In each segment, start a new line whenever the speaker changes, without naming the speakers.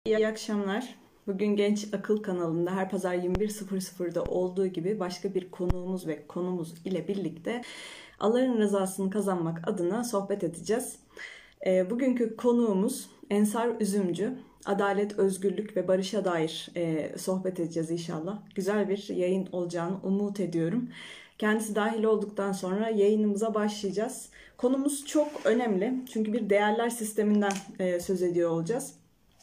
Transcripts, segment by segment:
İyi akşamlar. Bugün Genç Akıl kanalında her pazar 21.00'da olduğu gibi başka bir konuğumuz ve konumuz ile birlikte Allah'ın rızasını kazanmak adına sohbet edeceğiz. Bugünkü konuğumuz Ensar Üzümcü. Adalet, özgürlük ve barışa dair sohbet edeceğiz inşallah. Güzel bir yayın olacağını umut ediyorum. Kendisi dahil olduktan sonra yayınımıza başlayacağız. Konumuz çok önemli çünkü bir değerler sisteminden söz ediyor olacağız.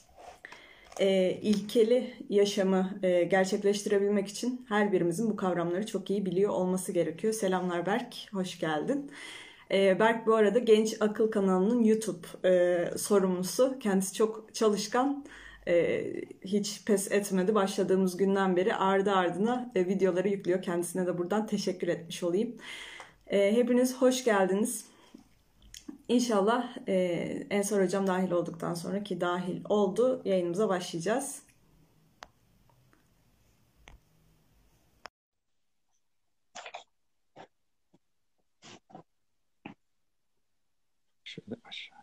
İlkeli yaşamı gerçekleştirebilmek için her birimizin bu kavramları çok iyi biliyor olması gerekiyor. Selamlar Berk, hoş geldin. Berk bu arada Genç Akıl kanalının YouTube sorumlusu. Kendisi çok çalışkan, hiç pes etmedi. Başladığımız günden beri ardı ardına videoları yüklüyor. Kendisine de buradan teşekkür etmiş olayım. Hepiniz hoş geldiniz. İnşallah Ensar Hocam dahil olduktan sonra ki dahil oldu yayınımıza başlayacağız.
Şöyle aşağı.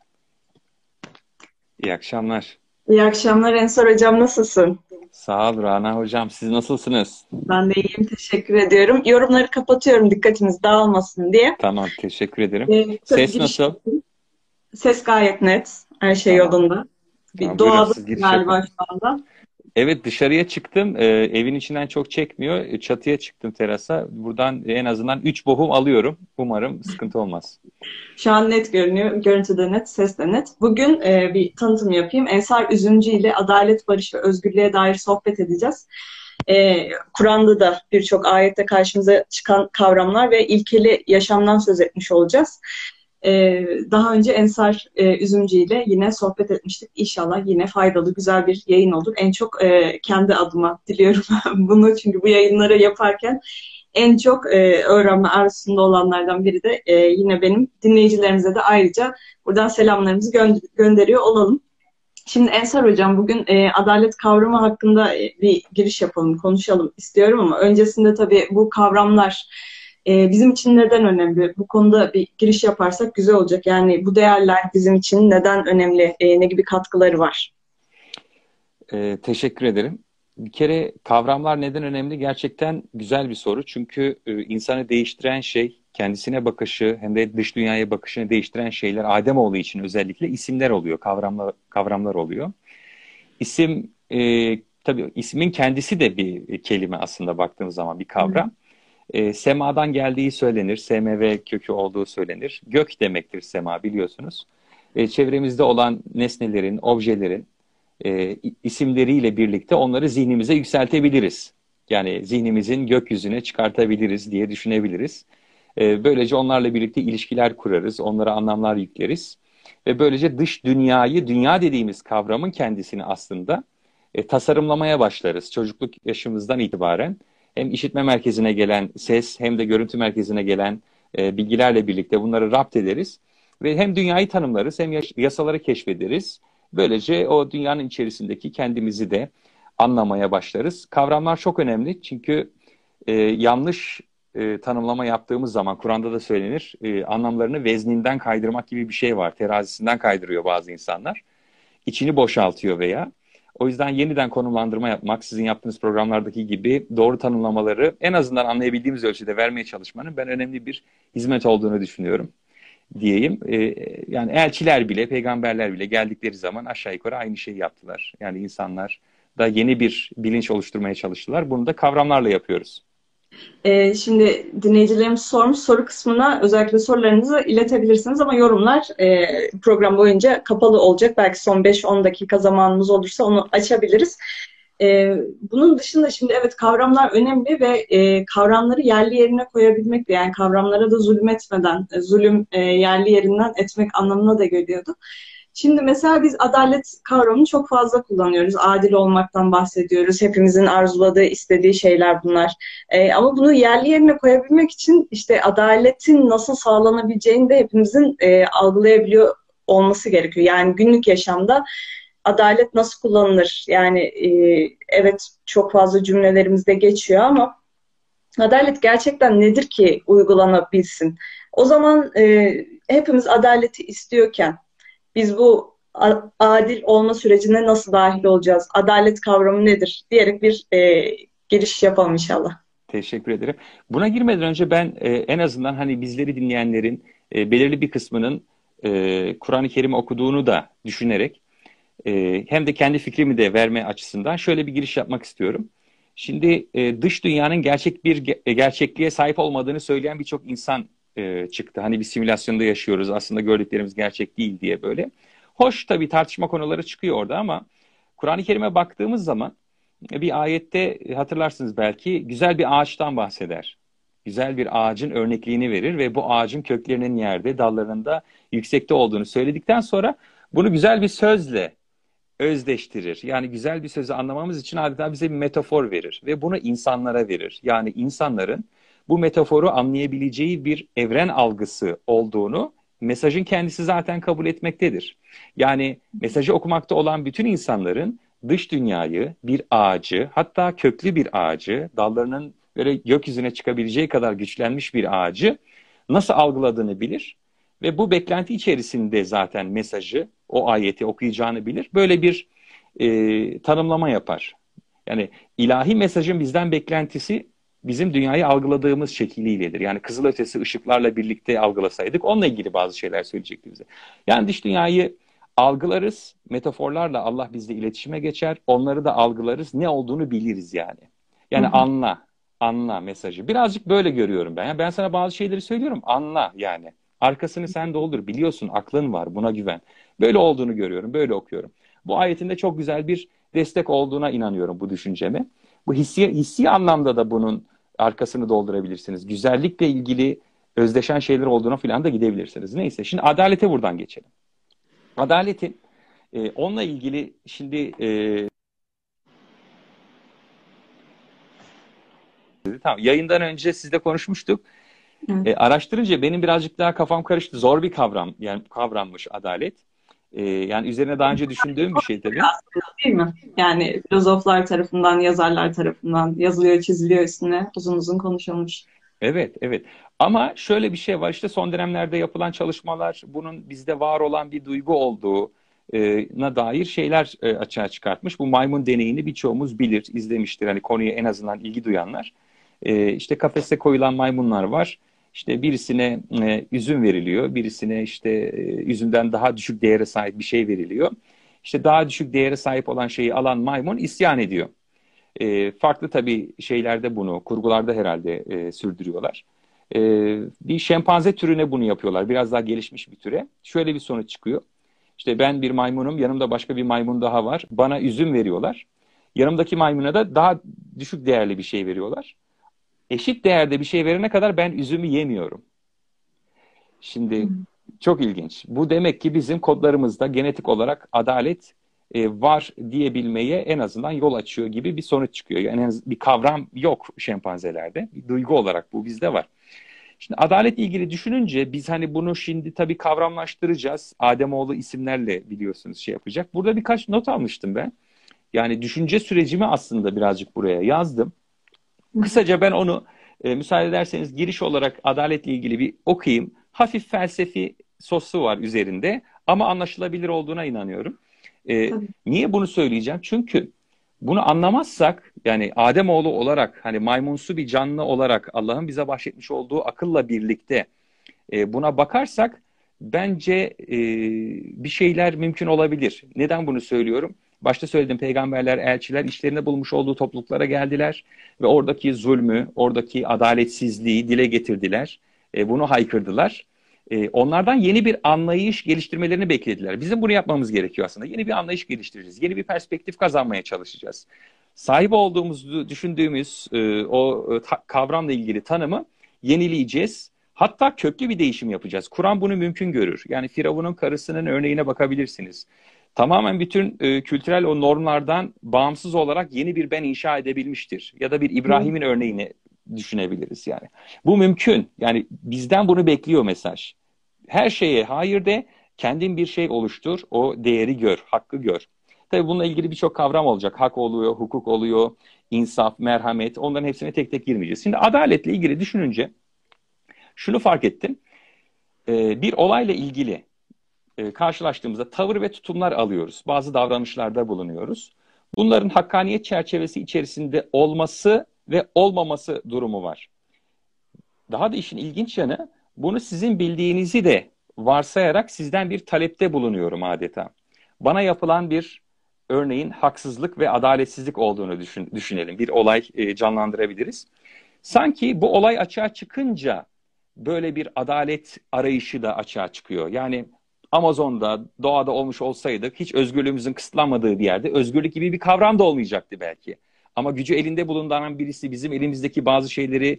İyi akşamlar.
İyi akşamlar Ensar Hocam, nasılsın?
Sağ ol Rana hocam. Siz nasılsınız?
Ben de iyiyim, teşekkür ediyorum. Yorumları kapatıyorum dikkatimiz dağılmasın diye.
Tamam, teşekkür ederim.
Tabii
Ses
giriş
nasıl?
ses gayet net, her şey
Tamam.
yolunda. Bir
Tamam, buyurun
doğada
siz giriş
galiba
yapın.
şu anda.
Evet, dışarıya çıktım. Evin içinden çok çekmiyor. Çatıya çıktım terasa. Buradan en azından 3 bohum alıyorum. Umarım sıkıntı olmaz.
Şu an net görünüyor, görüntü de net, ses de net. Bugün bir tanıtım yapayım. Ensar Üzümcü ile adalet, barış ve özgürlüğe dair sohbet edeceğiz. Kur'an'da da birçok ayette karşımıza çıkan kavramlar ve ilkeli yaşamdan söz etmiş olacağız. Daha önce Ensar Üzümcü ile yine sohbet etmiştik. İnşallah yine faydalı, güzel bir yayın olur. En çok kendi adıma diliyorum bunu, çünkü bu yayınları yaparken en çok öğrenme arzusunda olanlardan biri de yine benim. Dinleyicilerimize de ayrıca buradan selamlarımızı gönderiyor olalım. Şimdi Ensar Hocam, bugün adalet kavramı hakkında bir giriş yapalım, konuşalım istiyorum ama öncesinde tabii bu kavramlar bizim için neden önemli? Bu konuda bir giriş yaparsak güzel olacak. Yani bu değerler bizim için neden önemli, ne gibi katkıları var?
Teşekkür ederim. Bir kere kavramlar neden önemli? Gerçekten güzel bir soru. Çünkü insanı değiştiren şey, kendisine bakışı hem de dış dünyaya bakışını değiştiren şeyler Ademoğlu için özellikle isimler oluyor, kavramlar oluyor. İsim, tabii ismin kendisi de bir kelime aslında baktığımız zaman bir kavram. Semadan geldiği söylenir, SMV kökü olduğu söylenir. Gök demektir sema, biliyorsunuz. Çevremizde olan nesnelerin, objelerin isimleriyle birlikte onları zihnimize yükseltebiliriz. Yani zihnimizin gökyüzüne çıkartabiliriz diye düşünebiliriz. Böylece onlarla birlikte ilişkiler kurarız, onlara anlamlar yükleriz. Ve böylece dış dünyayı, dünya dediğimiz kavramın kendisini aslında tasarımlamaya başlarız çocukluk yaşımızdan itibaren. Hem işitme merkezine gelen ses hem de görüntü merkezine gelen bilgilerle birlikte bunları rapt ederiz. Ve hem dünyayı tanımlarız hem yasaları keşfederiz. Böylece o dünyanın içerisindeki kendimizi de anlamaya başlarız. Kavramlar çok önemli çünkü yanlış tanımlama yaptığımız zaman Kur'an'da da söylenir, anlamlarını vezninden kaydırmak gibi bir şey var. Terazisinden kaydırıyor bazı insanlar. İçini boşaltıyor veya. O yüzden yeniden konumlandırma yapmak, sizin yaptığınız programlardaki gibi doğru tanımlamaları en azından anlayabildiğimiz ölçüde vermeye çalışmanın ben önemli bir hizmet olduğunu düşünüyorum diyeyim. Yani elçiler bile, peygamberler bile geldikleri zaman aşağı yukarı aynı şeyi yaptılar. Yani insanlar da yeni bir bilinç oluşturmaya çalıştılar. Bunu da kavramlarla yapıyoruz.
Şimdi dinleyicilerimiz sormuş, soru kısmına özellikle sorularınızı iletebilirsiniz ama yorumlar program boyunca kapalı olacak. Belki son 5-10 dakika zamanımız olursa onu açabiliriz. Bunun dışında şimdi evet, kavramlar önemli ve kavramları yerli yerine koyabilmek de, yani kavramlara da zulmetmeden, zulüm yerli yerinden etmek anlamına da geliyordu. Şimdi mesela biz adalet kavramını çok fazla kullanıyoruz. Adil olmaktan bahsediyoruz. Hepimizin arzuladığı, istediği şeyler bunlar. Ama bunu yerli yerine koyabilmek için işte adaletin nasıl sağlanabileceğini de hepimizin algılayabiliyor olması gerekiyor. Yani günlük yaşamda adalet nasıl kullanılır? Yani evet, çok fazla cümlelerimizde geçiyor ama adalet gerçekten nedir ki uygulanabilsin? O zaman hepimiz adaleti istiyorken biz bu adil olma sürecine nasıl dahil olacağız? Adalet kavramı nedir? Diyerek bir giriş yapalım inşallah.
Teşekkür ederim. Buna girmeden önce ben en azından hani bizleri dinleyenlerin belirli bir kısmının Kur'an-ı Kerim okuduğunu da düşünerek hem de kendi fikrimi de verme açısından şöyle bir giriş yapmak istiyorum. Şimdi dış dünyanın gerçekliğe sahip olmadığını söyleyen birçok insan çıktı. Hani bir simülasyonda yaşıyoruz, aslında gördüklerimiz gerçek değil diye böyle. Hoş, tabii tartışma konuları çıkıyor orada ama Kur'an-ı Kerim'e baktığımız zaman bir ayette hatırlarsınız belki, güzel bir ağaçtan bahseder. Güzel bir ağacın örnekliğini verir ve bu ağacın köklerinin yerde, dallarının da yüksekte olduğunu söyledikten sonra bunu güzel bir sözle özdeştirir. Yani güzel bir sözü anlamamız için adeta bize bir metafor verir ve bunu insanlara verir. Yani insanların bu metaforu anlayabileceği bir evren algısı olduğunu mesajın kendisi zaten kabul etmektedir. Yani mesajı okumakta olan bütün insanların dış dünyayı, bir ağacı, hatta köklü bir ağacı, dallarının böyle gökyüzüne çıkabileceği kadar güçlenmiş bir ağacı nasıl algıladığını bilir ve bu beklenti içerisinde zaten mesajı, o ayeti okuyacağını bilir. Böyle bir tanımlama yapar. Yani ilahi mesajın bizden beklentisi bizim dünyayı algıladığımız şekiliyledir. Yani kızılötesi ışıklarla birlikte algılasaydık onunla ilgili bazı şeyler söyleyecekti bize. Yani dış dünyayı algılarız, metaforlarla Allah bizle iletişime geçer, onları da algılarız, ne olduğunu biliriz yani.
Hı
Yani
hı.
anla mesajı. Birazcık böyle görüyorum ben. Yani ben sana bazı şeyleri söylüyorum, anla yani. Arkasını sen doldur, biliyorsun, aklın var, buna güven. Böyle olduğunu görüyorum, böyle okuyorum. Bu ayetinde çok güzel bir destek olduğuna inanıyorum bu düşünceme. Bu hissi anlamda da bunun arkasını doldurabilirsiniz. Güzellikle ilgili özdeşen şeyler olduğuna falan da gidebilirsiniz. Neyse, şimdi adalete buradan geçelim. Adaletin onunla ilgili şimdi tamam, yayından önce sizle konuşmuştuk.
Evet.
Araştırınca benim birazcık daha kafam karıştı. Zor bir kavram, yani kavrammış adalet. Yani üzerine daha önce düşündüğüm bir şey tabii.
Değil mi? Yani filozoflar tarafından, yazarlar tarafından yazılıyor, çiziliyor, üstüne uzun uzun konuşulmuş.
Evet, evet. Ama şöyle bir şey var, işte son dönemlerde yapılan çalışmalar bunun bizde var olan bir duygu olduğuna dair şeyler açığa çıkartmış. Bu maymun deneyini birçoğumuz bilir, izlemiştir. Hani konuya en azından ilgi duyanlar. İşte kafese koyulan maymunlar var. İşte birisine üzüm veriliyor, birisine işte üzümden daha düşük değere sahip bir şey veriliyor. İşte daha düşük değere sahip olan şeyi alan maymun isyan ediyor. Farklı tabii şeylerde bunu, kurgularda herhalde sürdürüyorlar. E, Bir şempanze türüne bunu yapıyorlar. Biraz daha gelişmiş bir türe. Şöyle bir sonuç çıkıyor. İşte ben bir maymunum, yanımda başka bir maymun daha var. Bana üzüm veriyorlar. Yanımdaki maymuna da daha düşük değerli bir şey veriyorlar. Eşit değerde bir şey verene kadar ben üzümü yemiyorum.
Hı
Şimdi çok ilginç. Bu demek ki bizim kodlarımızda genetik olarak adalet var diyebilmeye en azından yol açıyor gibi bir sonuç çıkıyor. Yani bir kavram yok şempanzelerde. Bir duygu olarak bu bizde var. Şimdi adaletle ilgili düşününce biz hani bunu şimdi tabii kavramlaştıracağız. Ademoğlu isimlerle biliyorsunuz şey yapacak. Burada birkaç not almıştım ben. Yani düşünce sürecimi aslında birazcık buraya yazdım.
hı.
Kısaca ben onu müsaade ederseniz giriş olarak adaletle ilgili bir okuyayım. Hafif felsefi sosu var üzerinde ama anlaşılabilir olduğuna inanıyorum.
Tabii.
Niye bunu söyleyeceğim? Çünkü bunu anlamazsak, yani Ademoğlu olarak, hani maymunsu bir canlı olarak Allah'ın bize bahşetmiş olduğu akılla birlikte buna bakarsak bence bir şeyler mümkün olabilir. Neden bunu söylüyorum? Başta söyledim, peygamberler, elçiler işlerinde bulmuş olduğu topluluklara geldiler ve oradaki zulmü, oradaki adaletsizliği dile getirdiler. Bunu haykırdılar. Onlardan yeni bir anlayış geliştirmelerini beklediler. Bizim bunu yapmamız gerekiyor aslında. Yeni bir anlayış geliştireceğiz. Yeni bir perspektif kazanmaya çalışacağız. Sahip olduğumuzu düşündüğümüz kavramla ilgili tanımı yenileyeceğiz. Hatta köklü bir değişim yapacağız. Kur'an bunu mümkün görür. Yani Firavun'un karısının örneğine bakabilirsiniz. Tamamen bütün kültürel o normlardan bağımsız olarak yeni bir ben inşa edebilmiştir. Ya da bir
Hı.
İbrahim'in örneğini düşünebiliriz yani. Bu mümkün. Yani bizden bunu bekliyor mesaj. Her şeye hayır de, kendin bir şey oluştur, o değeri gör, hakkı gör. Tabii bununla ilgili birçok kavram olacak. Hak oluyor, hukuk oluyor, insaf, merhamet, onların hepsine tek tek girmeyeceğiz. Şimdi adaletle ilgili düşününce şunu fark ettim. Bir olayla ilgili karşılaştığımızda tavır ve tutumlar alıyoruz. Bazı davranışlarda bulunuyoruz. Bunların hakkaniyet çerçevesi içerisinde olması ve olmaması durumu var. Daha da işin ilginç yanı, bunu sizin bildiğinizi de varsayarak sizden bir talepte bulunuyorum adeta. Bana yapılan bir örneğin haksızlık ve adaletsizlik olduğunu düşünelim. Bir olay canlandırabiliriz. Sanki bu olay açığa çıkınca böyle bir adalet arayışı da açığa çıkıyor. Yani Amazon'da, doğada olmuş olsaydık hiç özgürlüğümüzün kısıtlanmadığı bir yerde özgürlük gibi bir kavram da olmayacaktı belki. Ama gücü elinde bulunduran birisi bizim elimizdeki bazı şeyleri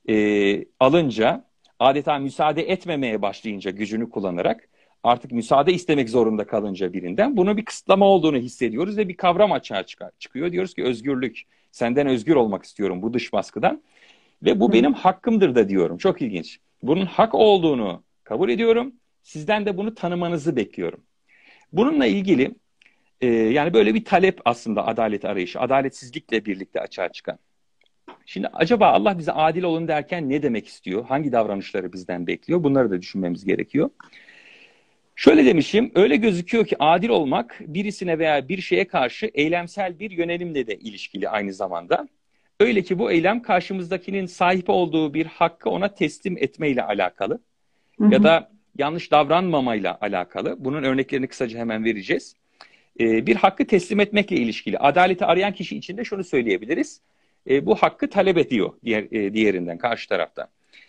alınca, adeta müsaade etmemeye başlayınca gücünü kullanarak, artık müsaade istemek zorunda kalınca birinden bunun bir kısıtlama olduğunu hissediyoruz ve bir kavram açığa çıkıyor. Diyoruz ki özgürlük, senden özgür olmak istiyorum bu dış baskıdan. Ve bu benim hakkımdır da diyorum. Çok ilginç. Bunun hak olduğunu kabul ediyorum. Sizden de bunu tanımanızı bekliyorum. Bununla ilgili yani böyle bir talep aslında adalet arayışı, adaletsizlikle birlikte açığa çıkan. Şimdi acaba Allah bize adil olun derken ne demek istiyor? Hangi davranışları bizden bekliyor? Bunları da düşünmemiz gerekiyor. Şöyle demişim, öyle gözüküyor ki adil olmak birisine veya bir şeye karşı eylemsel bir yönelimle de ilişkili aynı zamanda. Öyle ki bu eylem karşımızdakinin sahip olduğu bir hakkı ona teslim etmeyle alakalı ya da yanlış davranmamayla alakalı. Bunun örneklerini kısaca hemen vereceğiz. Bir hakkı teslim etmekle ilişkili. Adaleti arayan kişi için de şunu söyleyebiliriz. Bu hakkı talep ediyor diğerinden, karşı taraftan.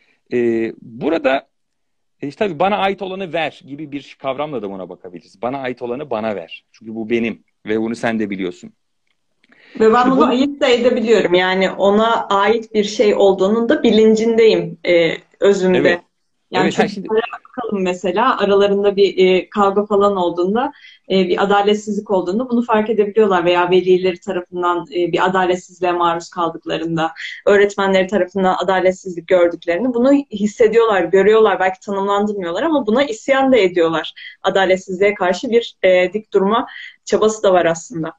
Burada işte tabii bana ait olanı ver gibi bir kavramla da buna bakabiliriz. Bana ait olanı bana ver. Çünkü bu benim ve bunu sen de biliyorsun.
Ve ben bunu ayırt da edebiliyorum. Yani ona ait bir şey olduğunun da bilincindeyim özünde.
Evet.
Yani
Evet,
çocuklara bakalım mesela aralarında bir kavga falan olduğunda, bir adaletsizlik olduğunda bunu fark edebiliyorlar veya velileri tarafından bir adaletsizliğe maruz kaldıklarında, öğretmenleri tarafından adaletsizlik gördüklerini bunu hissediyorlar, görüyorlar. Belki tanımlandırmıyorlar ama buna isyan da ediyorlar. Adaletsizliğe karşı bir dik durma çabası da var aslında.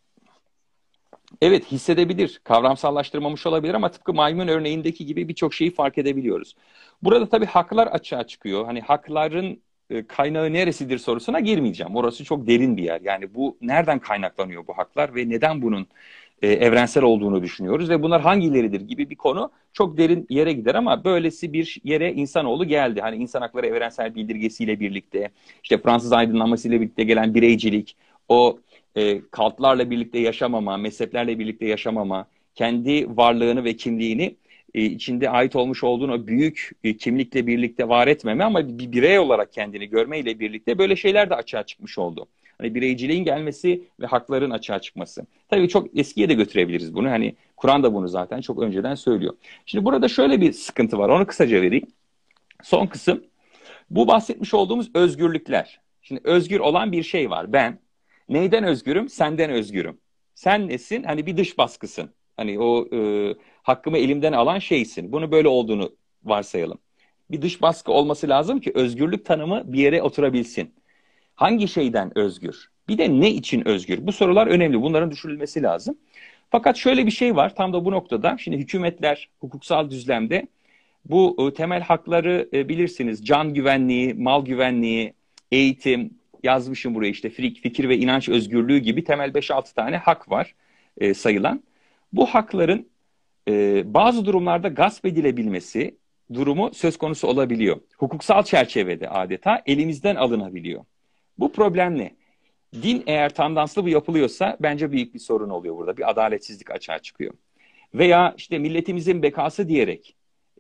Evet, hissedebilir, kavramsallaştırmamış olabilir ama tıpkı maymun örneğindeki gibi birçok şeyi fark edebiliyoruz. Burada tabii haklar açığa çıkıyor. Hani hakların kaynağı neresidir sorusuna girmeyeceğim. Orası çok derin bir yer. Yani bu nereden kaynaklanıyor bu haklar ve neden bunun evrensel olduğunu düşünüyoruz ve bunlar hangileridir gibi bir konu çok derin yere gider ama böylesi bir yere insanoğlu geldi. Hani insan hakları evrensel bildirgesiyle birlikte, işte Fransız aydınlanmasıyla birlikte gelen bireycilik, o kaltlarla birlikte yaşamama, mezheplerle birlikte yaşamama, kendi varlığını ve kimliğini içinde ait olmuş olduğun o büyük kimlikle birlikte var etmeme ama bir birey olarak kendini görmeyle birlikte böyle şeyler de açığa çıkmış oldu. Hani bireyciliğin gelmesi ve hakların açığa çıkması. Tabii çok eskiye de götürebiliriz bunu. Hani Kur'an da bunu zaten çok önceden söylüyor. Şimdi burada şöyle bir sıkıntı var. Onu kısaca vereyim. Son kısım. Bu bahsetmiş olduğumuz özgürlükler. Şimdi özgür olan bir şey var. Ben neyden özgürüm? Senden özgürüm. Sen nesin? Hani bir dış baskısın. Hani o hakkımı elimden alan şeysin. Bunu böyle olduğunu varsayalım. Bir dış baskı olması lazım ki özgürlük tanımı bir yere oturabilsin. Hangi şeyden özgür? Bir de ne için özgür? Bu sorular önemli. Bunların düşünülmesi lazım. Fakat şöyle bir şey var tam da bu noktada. Şimdi hükümetler hukuksal düzlemde bu temel hakları bilirsiniz. Can güvenliği, mal güvenliği, eğitim, yazmışım buraya işte fikir ve inanç özgürlüğü gibi temel 5-6 tane hak var sayılan. Bu hakların bazı durumlarda gasp edilebilmesi durumu söz konusu olabiliyor. Hukuksal çerçevede adeta elimizden alınabiliyor. Bu problem ne? Din eğer tandanslı bu yapılıyorsa bence büyük bir sorun oluyor burada. Bir adaletsizlik açığa çıkıyor. Veya işte milletimizin bekası diyerek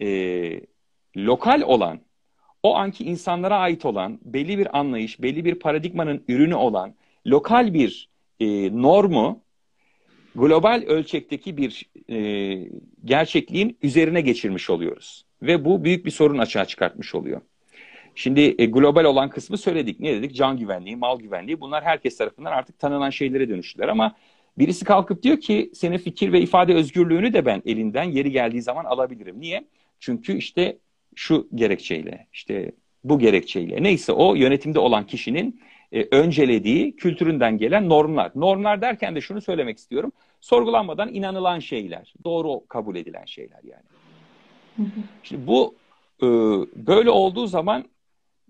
lokal olan, o anki insanlara ait olan, belli bir anlayış, belli bir paradigmanın ürünü olan lokal bir normu global ölçekteki bir gerçekliğin üzerine geçirmiş oluyoruz. Ve bu büyük bir sorun açığa çıkartmış oluyor. Şimdi global olan kısmı söyledik. Ne dedik? Can güvenliği, mal güvenliği bunlar herkes tarafından artık tanınan şeylere dönüştüler ama birisi kalkıp diyor ki senin fikir ve ifade özgürlüğünü de ben elinden yeri geldiği zaman alabilirim. Niye? Çünkü işte şu gerekçeyle, işte bu gerekçeyle. Neyse o yönetimde olan kişinin öncelediği kültüründen gelen normlar. Normlar derken de şunu söylemek istiyorum. Sorgulanmadan inanılan şeyler, doğru kabul edilen şeyler yani. Şimdi bu böyle olduğu zaman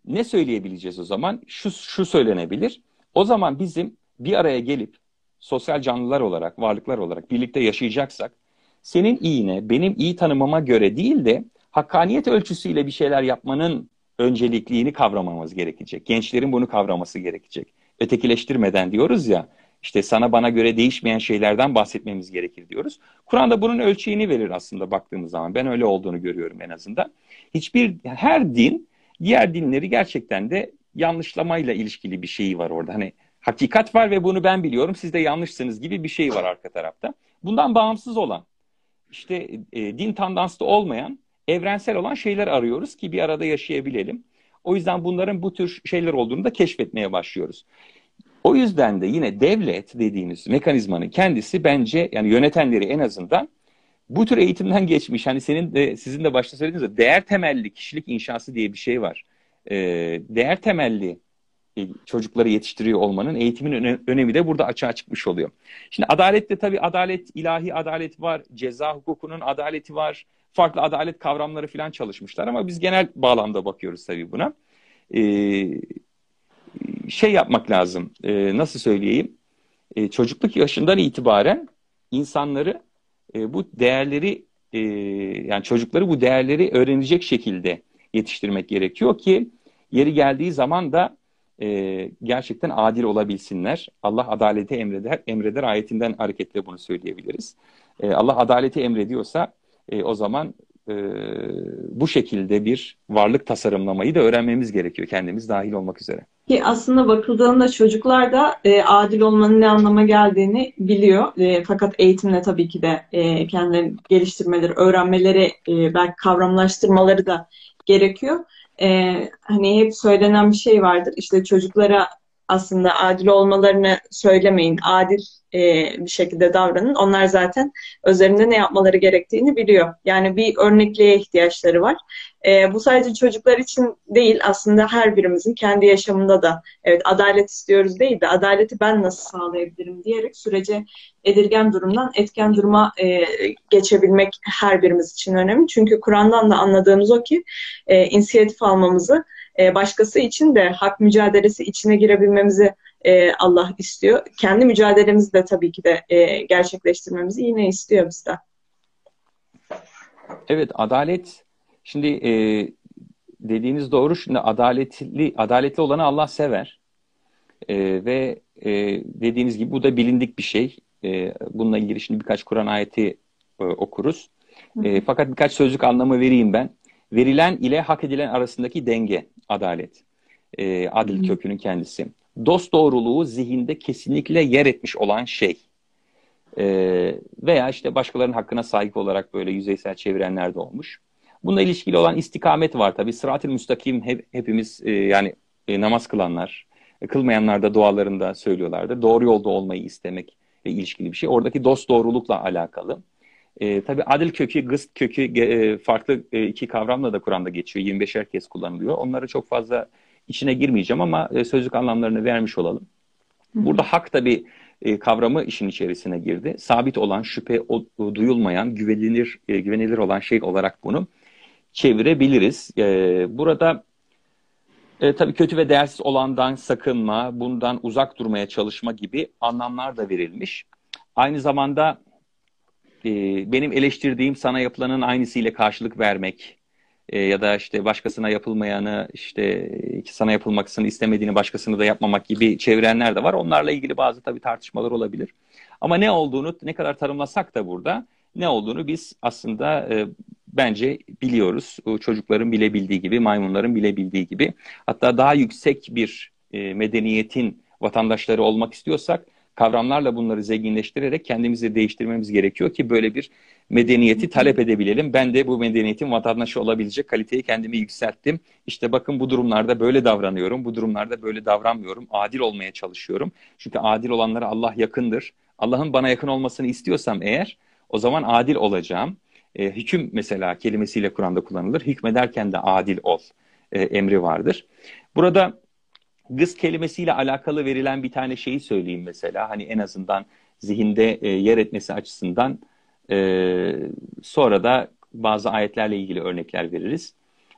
ne söyleyebileceğiz o zaman? Şu söylenebilir. O zaman bizim bir araya gelip sosyal canlılar olarak, varlıklar olarak birlikte yaşayacaksak senin iyine, benim iyi tanımama göre değil de hakkaniyet ölçüsüyle bir şeyler yapmanın öncelikliğini kavramamız gerekecek. Gençlerin bunu kavraması gerekecek. Ötekileştirmeden diyoruz ya, işte sana bana göre değişmeyen şeylerden bahsetmemiz gerekir diyoruz. Kur'an'da bunun ölçeğini verir aslında baktığımız zaman. Ben öyle olduğunu görüyorum en azından. Her din diğer dinleri gerçekten de yanlışlamayla ilişkili bir şeyi var orada. Hani hakikat var ve bunu ben biliyorum, siz de yanlışsınız gibi bir şey var arka tarafta. Bundan bağımsız olan, işte din tandanslı olmayan, evrensel olan şeyler arıyoruz ki bir arada yaşayabilelim. O yüzden bunların bu tür şeyler olduğunu da keşfetmeye başlıyoruz. O yüzden de yine devlet dediğimiz mekanizmanın kendisi bence, yani yönetenleri en azından bu tür eğitimden geçmiş. Hani sizin de başta söylediğiniz gibi değer temelli kişilik inşası diye bir şey var. Değer temelli çocukları yetiştiriyor olmanın, eğitimin önemi de burada açığa çıkmış oluyor. Şimdi adalette tabii ilahi adalet var, ceza hukukunun adaleti var, farklı adalet kavramları falan çalışmışlar ama biz genel bağlamda bakıyoruz tabii buna. Şey yapmak lazım, nasıl söyleyeyim, çocukluk yaşından itibaren insanları bu değerleri, yani çocukları bu değerleri öğrenecek şekilde yetiştirmek gerekiyor ki yeri geldiği zaman da gerçekten adil olabilsinler. Allah adaleti emreder ayetinden hareketle bunu söyleyebiliriz. Allah adaleti emrediyorsa o zaman bu şekilde bir varlık tasarımlamayı da öğrenmemiz gerekiyor, kendimiz dahil olmak üzere.
Ki aslında bakıldığında çocuklar da adil olmanın ne anlama geldiğini biliyor. Fakat eğitimle tabii ki de kendilerini geliştirmeleri, öğrenmeleri, belki kavramlaştırmaları da gerekiyor. Hani hep söylenen bir şey vardır. İşte çocuklara aslında adil olmalarını söylemeyin, adil bir şekilde davranın. Onlar zaten üzerinde ne yapmaları gerektiğini biliyor. Yani bir örnekliğe ihtiyaçları var. Bu sadece çocuklar için değil, aslında her birimizin kendi yaşamında da evet adalet istiyoruz değil de adaleti ben nasıl sağlayabilirim diyerek sürece edilgen durumdan etken duruma geçebilmek her birimiz için önemli. Çünkü Kur'an'dan da anladığımız o ki inisiyatif almamızı, başkası için de hak mücadelesi içine girebilmemizi Allah istiyor. Kendi mücadelemizi de tabii ki de gerçekleştirmemizi yine istiyor bizden.
Evet, adalet. Şimdi dediğiniz doğru. Şimdi adaletli olanı Allah sever. Ve dediğiniz gibi bu da bilindik bir şey. Bununla ilgili şimdi birkaç Kur'an ayeti okuruz. Fakat birkaç sözlük anlamı vereyim ben. Verilen ile hak edilen arasındaki denge, adalet. Adil kökünün kendisi. Dosdoğruluğu zihinde kesinlikle yer etmiş olan şey. Veya işte başkalarının hakkına sahip olarak böyle yüzeysel çevirenler de olmuş. Bununla ilişkili olan istikamet var tabii. Sırat-ı müstakim hepimiz yani namaz kılanlar, kılmayanlar da dualarında söylüyorlardır. Doğru yolda olmayı istemekle ilişkili bir şey. Oradaki dosdoğrulukla alakalı. Tabii adil kökü, gıst kökü farklı iki kavramla da Kur'an'da geçiyor. 25'er kez kullanılıyor. Onları çok fazla içine girmeyeceğim ama sözlük anlamlarını vermiş olalım. Burada hak tabii kavramı işin içerisine girdi. Sabit olan, şüphe duyulmayan, güvenilir olan şey olarak bunu çevirebiliriz. Burada tabii kötü ve değersiz olandan sakınma, bundan uzak durmaya çalışma gibi anlamlar da verilmiş. Aynı zamanda benim eleştirdiğim sana yapılanın aynısıyla karşılık vermek ya da işte başkasına yapılmayanı, işte sana yapılmasını istemediğini başkasını da yapmamak gibi çevirenler de var. Onlarla ilgili bazı tabii tartışmalar olabilir. Ama ne olduğunu ne kadar tanımlasak da burada ne olduğunu biz aslında bence biliyoruz. Çocukların bilebildiği gibi, maymunların bilebildiği gibi. Hatta daha yüksek bir medeniyetin vatandaşları olmak istiyorsak kavramlarla bunları zenginleştirerek kendimizi değiştirmemiz gerekiyor ki böyle bir medeniyeti talep edebilelim. Ben de bu medeniyetin vatandaşı olabilecek kaliteyi kendimi yükselttim. İşte bakın bu durumlarda böyle davranıyorum, bu durumlarda böyle davranmıyorum. Adil olmaya çalışıyorum. Çünkü adil olanlara Allah yakındır. Allah'ın bana yakın olmasını istiyorsam eğer o zaman adil olacağım. Hüküm mesela kelimesiyle Kur'an'da kullanılır. Hükmederken de adil ol emri vardır. Burada gız kelimesiyle alakalı verilen bir tane şeyi söyleyeyim mesela. Hani en azından zihinde yer etmesi açısından sonra da bazı ayetlerle ilgili örnekler veririz.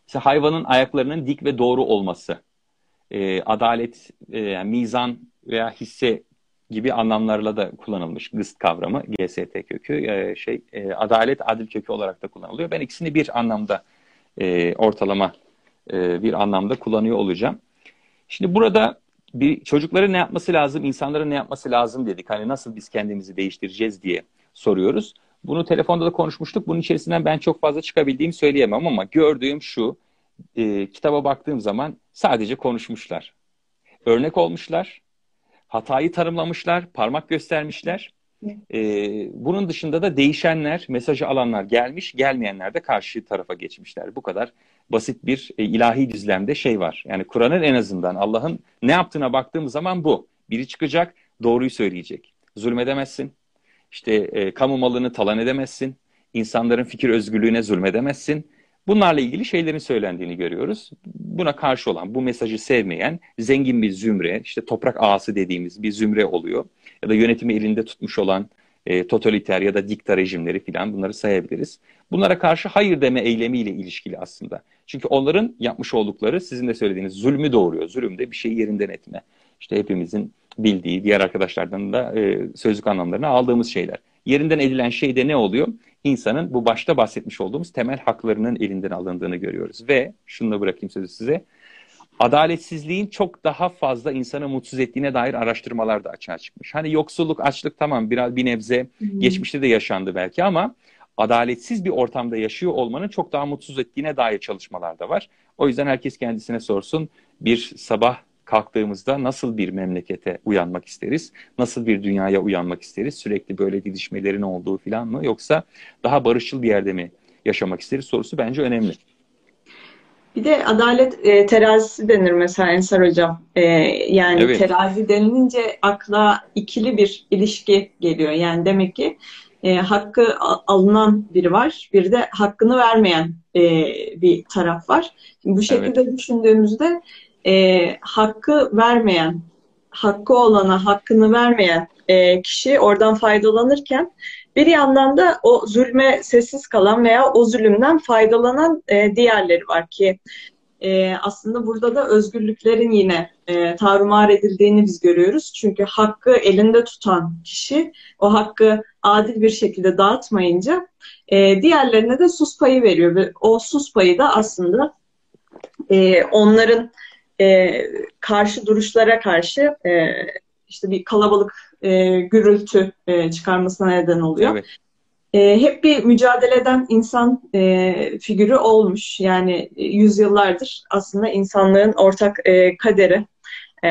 Mesela hayvanın ayaklarının dik ve doğru olması, adalet, yani mizan veya hisse gibi anlamlarla da kullanılmış gıst kavramı, GST kökü, adalet, adil kökü olarak da kullanılıyor. Ben ikisini bir anlamda, ortalama bir anlamda kullanıyor olacağım. Şimdi burada çocukların ne yapması lazım, insanların ne yapması lazım dedik. Hani nasıl biz kendimizi değiştireceğiz diye soruyoruz. Bunu telefonda da konuşmuştuk. Bunun içerisinden ben çok fazla çıkabildiğimi söyleyemem ama gördüğüm şu: kitaba baktığım zaman sadece konuşmuşlar. Örnek olmuşlar, hatayı tanımlamışlar, parmak göstermişler. Bunun dışında da değişenler, mesajı alanlar gelmiş, gelmeyenler de karşı tarafa geçmişler. Bu kadar basit bir ilahi düzlemde şey var. Yani Kur'an'ın, en azından Allah'ın ne yaptığına baktığımız zaman bu. Biri çıkacak, doğruyu söyleyecek. Zulmedemezsin. İşte kamu malını talan edemezsin. İnsanların fikir özgürlüğüne zulmedemezsin. Bunlarla ilgili şeylerin söylendiğini görüyoruz. Buna karşı olan, bu mesajı sevmeyen zengin bir zümre, işte toprak ağası dediğimiz bir zümre oluyor. Ya da yönetimi elinde tutmuş olan totaliter ya da dikta rejimleri filan, bunları sayabiliriz. Bunlara karşı hayır deme eylemiyle ilişkili aslında. Çünkü onların yapmış oldukları, sizin de söylediğiniz, zulmü doğuruyor. Zulüm de bir şeyi yerinden etme. İşte hepimizin bildiği, diğer arkadaşlardan da sözlük anlamlarını aldığımız şeyler. Yerinden edilen şey de ne oluyor? İnsanın bu başta bahsetmiş olduğumuz temel haklarının elinden alındığını görüyoruz. Ve şunu da bırakayım sözü size: adaletsizliğin çok daha fazla insanı mutsuz ettiğine dair araştırmalar da açığa çıkmış. Hani yoksulluk, açlık tamam, biraz bir nebze geçmişte de yaşandı belki, ama adaletsiz bir ortamda yaşıyor olmanın çok daha mutsuz ettiğine dair çalışmalar da var. O yüzden herkes kendisine sorsun: bir sabah kalktığımızda nasıl bir memlekete uyanmak isteriz? Nasıl bir dünyaya uyanmak isteriz? Sürekli böyle didişmelerin olduğu falan mı? Yoksa daha barışçıl bir yerde mi yaşamak isteriz sorusu bence önemli.
Bir de adalet terazisi denir mesela Ensar Hocam. Yani
Evet,
terazi denilince akla ikili bir ilişki geliyor. Yani demek ki hakkı alınan biri var, bir de hakkını vermeyen bir taraf var. Şimdi bu
evet.
şekilde düşündüğümüzde hakkı vermeyen, hakkı olana hakkını vermeyen kişi oradan faydalanırken, bir yandan da o zulme sessiz kalan veya o zulümden faydalanan diğerleri var ki aslında burada da özgürlüklerin yine tarumar edildiğini biz görüyoruz. Çünkü hakkı elinde tutan kişi o hakkı adil bir şekilde dağıtmayınca diğerlerine de sus payı veriyor ve o sus payı da aslında onların karşı duruşlara karşı işte bir kalabalık gürültü çıkarmasına neden oluyor.
Evet.
Hep bir mücadele eden insan figürü olmuş. Yani yüzyıllardır aslında insanlığın ortak kaderi. E,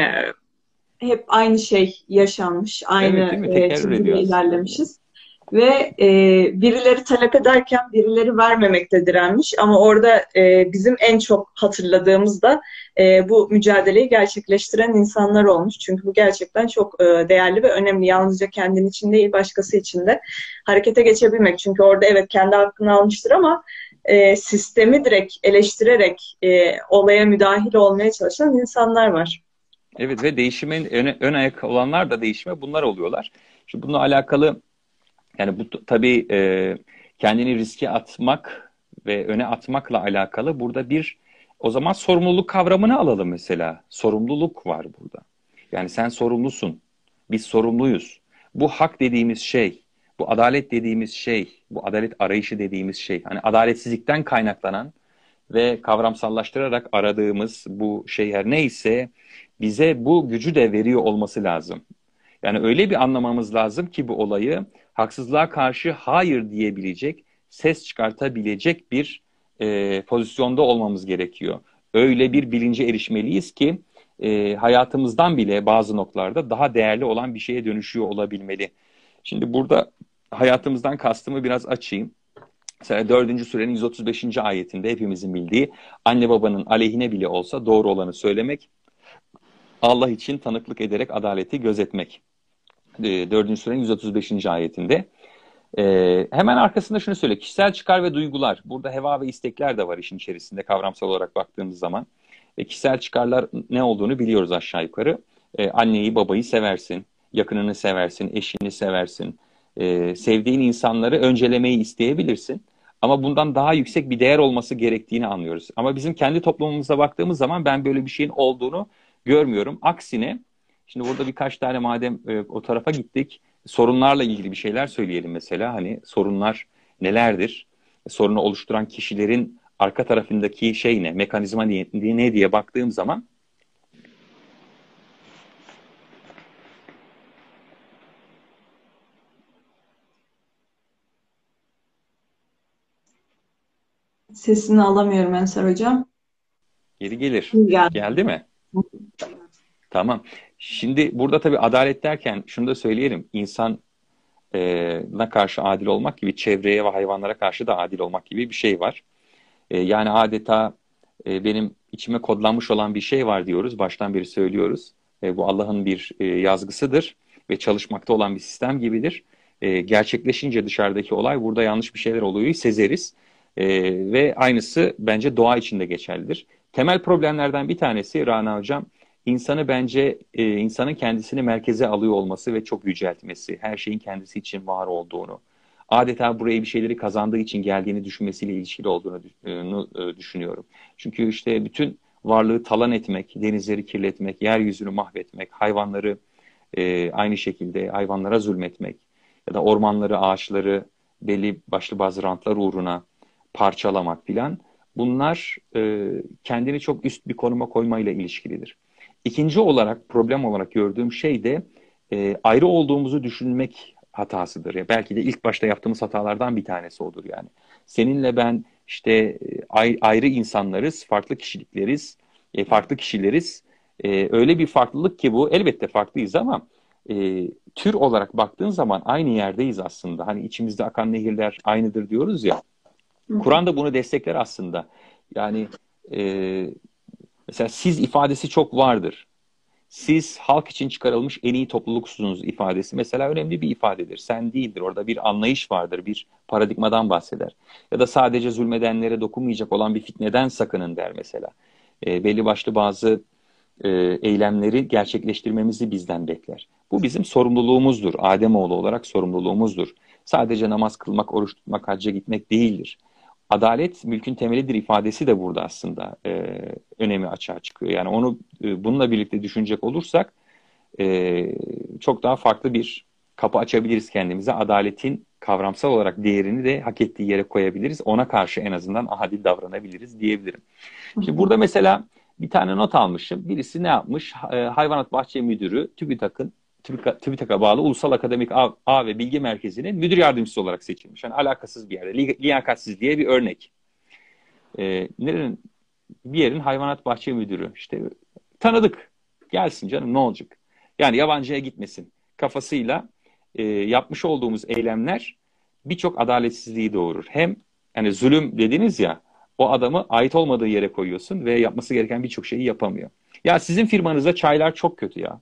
Hep aynı şey yaşanmış,
Evet, değil
aynı
mi? Tekerrür
çizgide
ediyor aslında.
ilerlemişiz. Ve birileri talep ederken birileri vermemekte direnmiş. Ama orada bizim en çok hatırladığımız da bu mücadeleyi gerçekleştiren insanlar olmuş. Çünkü bu gerçekten çok değerli ve önemli. Yalnızca kendin için değil, başkası için de harekete geçebilmek. Çünkü orada evet kendi hakkını almıştır ama sistemi direkt eleştirerek olaya müdahil olmaya çalışan insanlar var.
Evet, ve değişimin ön ayak olanlar da değişime bunlar oluyorlar. Şimdi bununla alakalı, yani bu tabii kendini riske atmak ve öne atmakla alakalı burada bir, o zaman sorumluluk kavramını alalım mesela. Sorumluluk var burada. Yani sen sorumlusun. Biz sorumluyuz. Bu hak dediğimiz şey, bu adalet dediğimiz şey, bu adalet arayışı dediğimiz şey, hani adaletsizlikten kaynaklanan ve kavramsallaştırarak aradığımız bu şey her neyse, bize bu gücü de veriyor olması lazım. Yani öyle bir anlamamız lazım ki bu olayı, haksızlığa karşı hayır diyebilecek, ses çıkartabilecek bir pozisyonda olmamız gerekiyor. Öyle bir bilince erişmeliyiz ki hayatımızdan bile bazı noktalarda daha değerli olan bir şeye dönüşüyor olabilmeli. Şimdi burada hayatımızdan kastımı biraz açayım. Mesela 4. surenin 135. ayetinde hepimizin bildiği, anne babanın aleyhine bile olsa doğru olanı söylemek, Allah için tanıklık ederek adaleti gözetmek. 4. surenin 135. ayetinde. Hemen arkasında şunu söyle: kişisel çıkar ve duygular. Burada heva ve istekler de var işin içerisinde, kavramsal olarak baktığımız zaman. Kişisel çıkarlar ne olduğunu biliyoruz aşağı yukarı. Anneyi babayı seversin, yakınını seversin, eşini seversin. Sevdiğin insanları öncelemeyi isteyebilirsin. Ama bundan daha yüksek bir değer olması gerektiğini anlıyoruz. Ama bizim kendi toplumumuza baktığımız zaman ben böyle bir şeyin olduğunu görmüyorum. Aksine, şimdi burada birkaç tane madem o tarafa gittik, sorunlarla ilgili bir şeyler söyleyelim mesela. Hani sorunlar nelerdir? Sorunu oluşturan kişilerin arka tarafındaki şey ne? Mekanizma ne diye baktığım zaman
Sesini alamıyorum Ensar Hocam.
geri gelir.
İyi geldi.
Geldi mi? Tamam. Şimdi burada tabii adalet derken şunu da söyleyelim. İnsana karşı adil olmak gibi çevreye ve hayvanlara karşı da adil olmak gibi bir şey var. Yani adeta benim içime kodlanmış olan bir şey var diyoruz. Baştan beri söylüyoruz. Bu Allah'ın bir yazgısıdır ve çalışmakta olan bir sistem gibidir. Gerçekleşince dışarıdaki olay burada yanlış bir şeyler oluyor sezeriz. Ve aynısı bence doğa için de geçerlidir. Temel problemlerden bir tanesi Rana Hocam, insanı bence insanın kendisini merkeze alıyor olması ve çok yüceltmesi. Her şeyin kendisi için var olduğunu. Adeta buraya bir şeyleri kazandığı için geldiğini düşünmesiyle ilişkili olduğunu düşünüyorum. Çünkü işte bütün varlığı talan etmek, denizleri kirletmek, yeryüzünü mahvetmek, hayvanları aynı şekilde hayvanlara zulmetmek ya da ormanları, ağaçları belli başlı bazı rantlar uğruna parçalamak filan, bunlar kendini çok üst bir konuma koymayla ilişkilidir. İkinci olarak, problem olarak gördüğüm şey de ayrı olduğumuzu düşünmek hatasıdır. Ya belki de ilk başta yaptığımız hatalardan bir tanesi odur yani. Seninle ben işte ayrı insanlarız, farklı kişilikleriz, farklı kişileriz. Öyle bir farklılık ki bu, elbette farklıyız ama tür olarak baktığın zaman aynı yerdeyiz aslında. Hani içimizde akan nehirler aynıdır diyoruz ya. Kur'an da bunu destekler aslında. Yani e, mesela siz ifadesi çok vardır. Siz halk için çıkarılmış en iyi topluluksunuz ifadesi mesela önemli bir ifadedir. Sen değildir. Orada bir anlayış vardır, bir paradigmadan bahseder. Ya da sadece zulmedenlere dokunmayacak olan bir fitneden sakının der mesela. Belli başlı bazı eylemleri gerçekleştirmemizi bizden bekler. Bu bizim sorumluluğumuzdur. Ademoğlu olarak sorumluluğumuzdur. Sadece namaz kılmak, oruç tutmak, hacca gitmek değildir. Adalet mülkün temelidir ifadesi de burada aslında önemi açığa çıkıyor. Yani onu bununla birlikte düşünecek olursak çok daha farklı bir kapı açabiliriz kendimize. Adaletin kavramsal olarak değerini de hak ettiği yere koyabiliriz. Ona karşı en azından adil davranabiliriz diyebilirim. Şimdi burada mesela bir tane not almışım. Birisi ne yapmış? Hayvanat Bahçe Müdürü TÜBİTAK'a bağlı Ulusal Akademik Ağ ve Bilgi Merkezi'nin müdür yardımcısı olarak seçilmiş. Yani alakasız bir yerde. Liyakatsiz diye bir örnek. Nerenin? Bir yerin hayvanat bahçe müdürü. İşte tanıdık. Gelsin canım ne olacak? Yani yabancıya gitmesin. Kafasıyla yapmış olduğumuz eylemler birçok adaletsizliği doğurur. Hem yani zulüm dediniz ya, o adamı ait olmadığı yere koyuyorsun ve yapması gereken birçok şeyi yapamıyor. Ya sizin firmanızda çaylar çok kötü ya.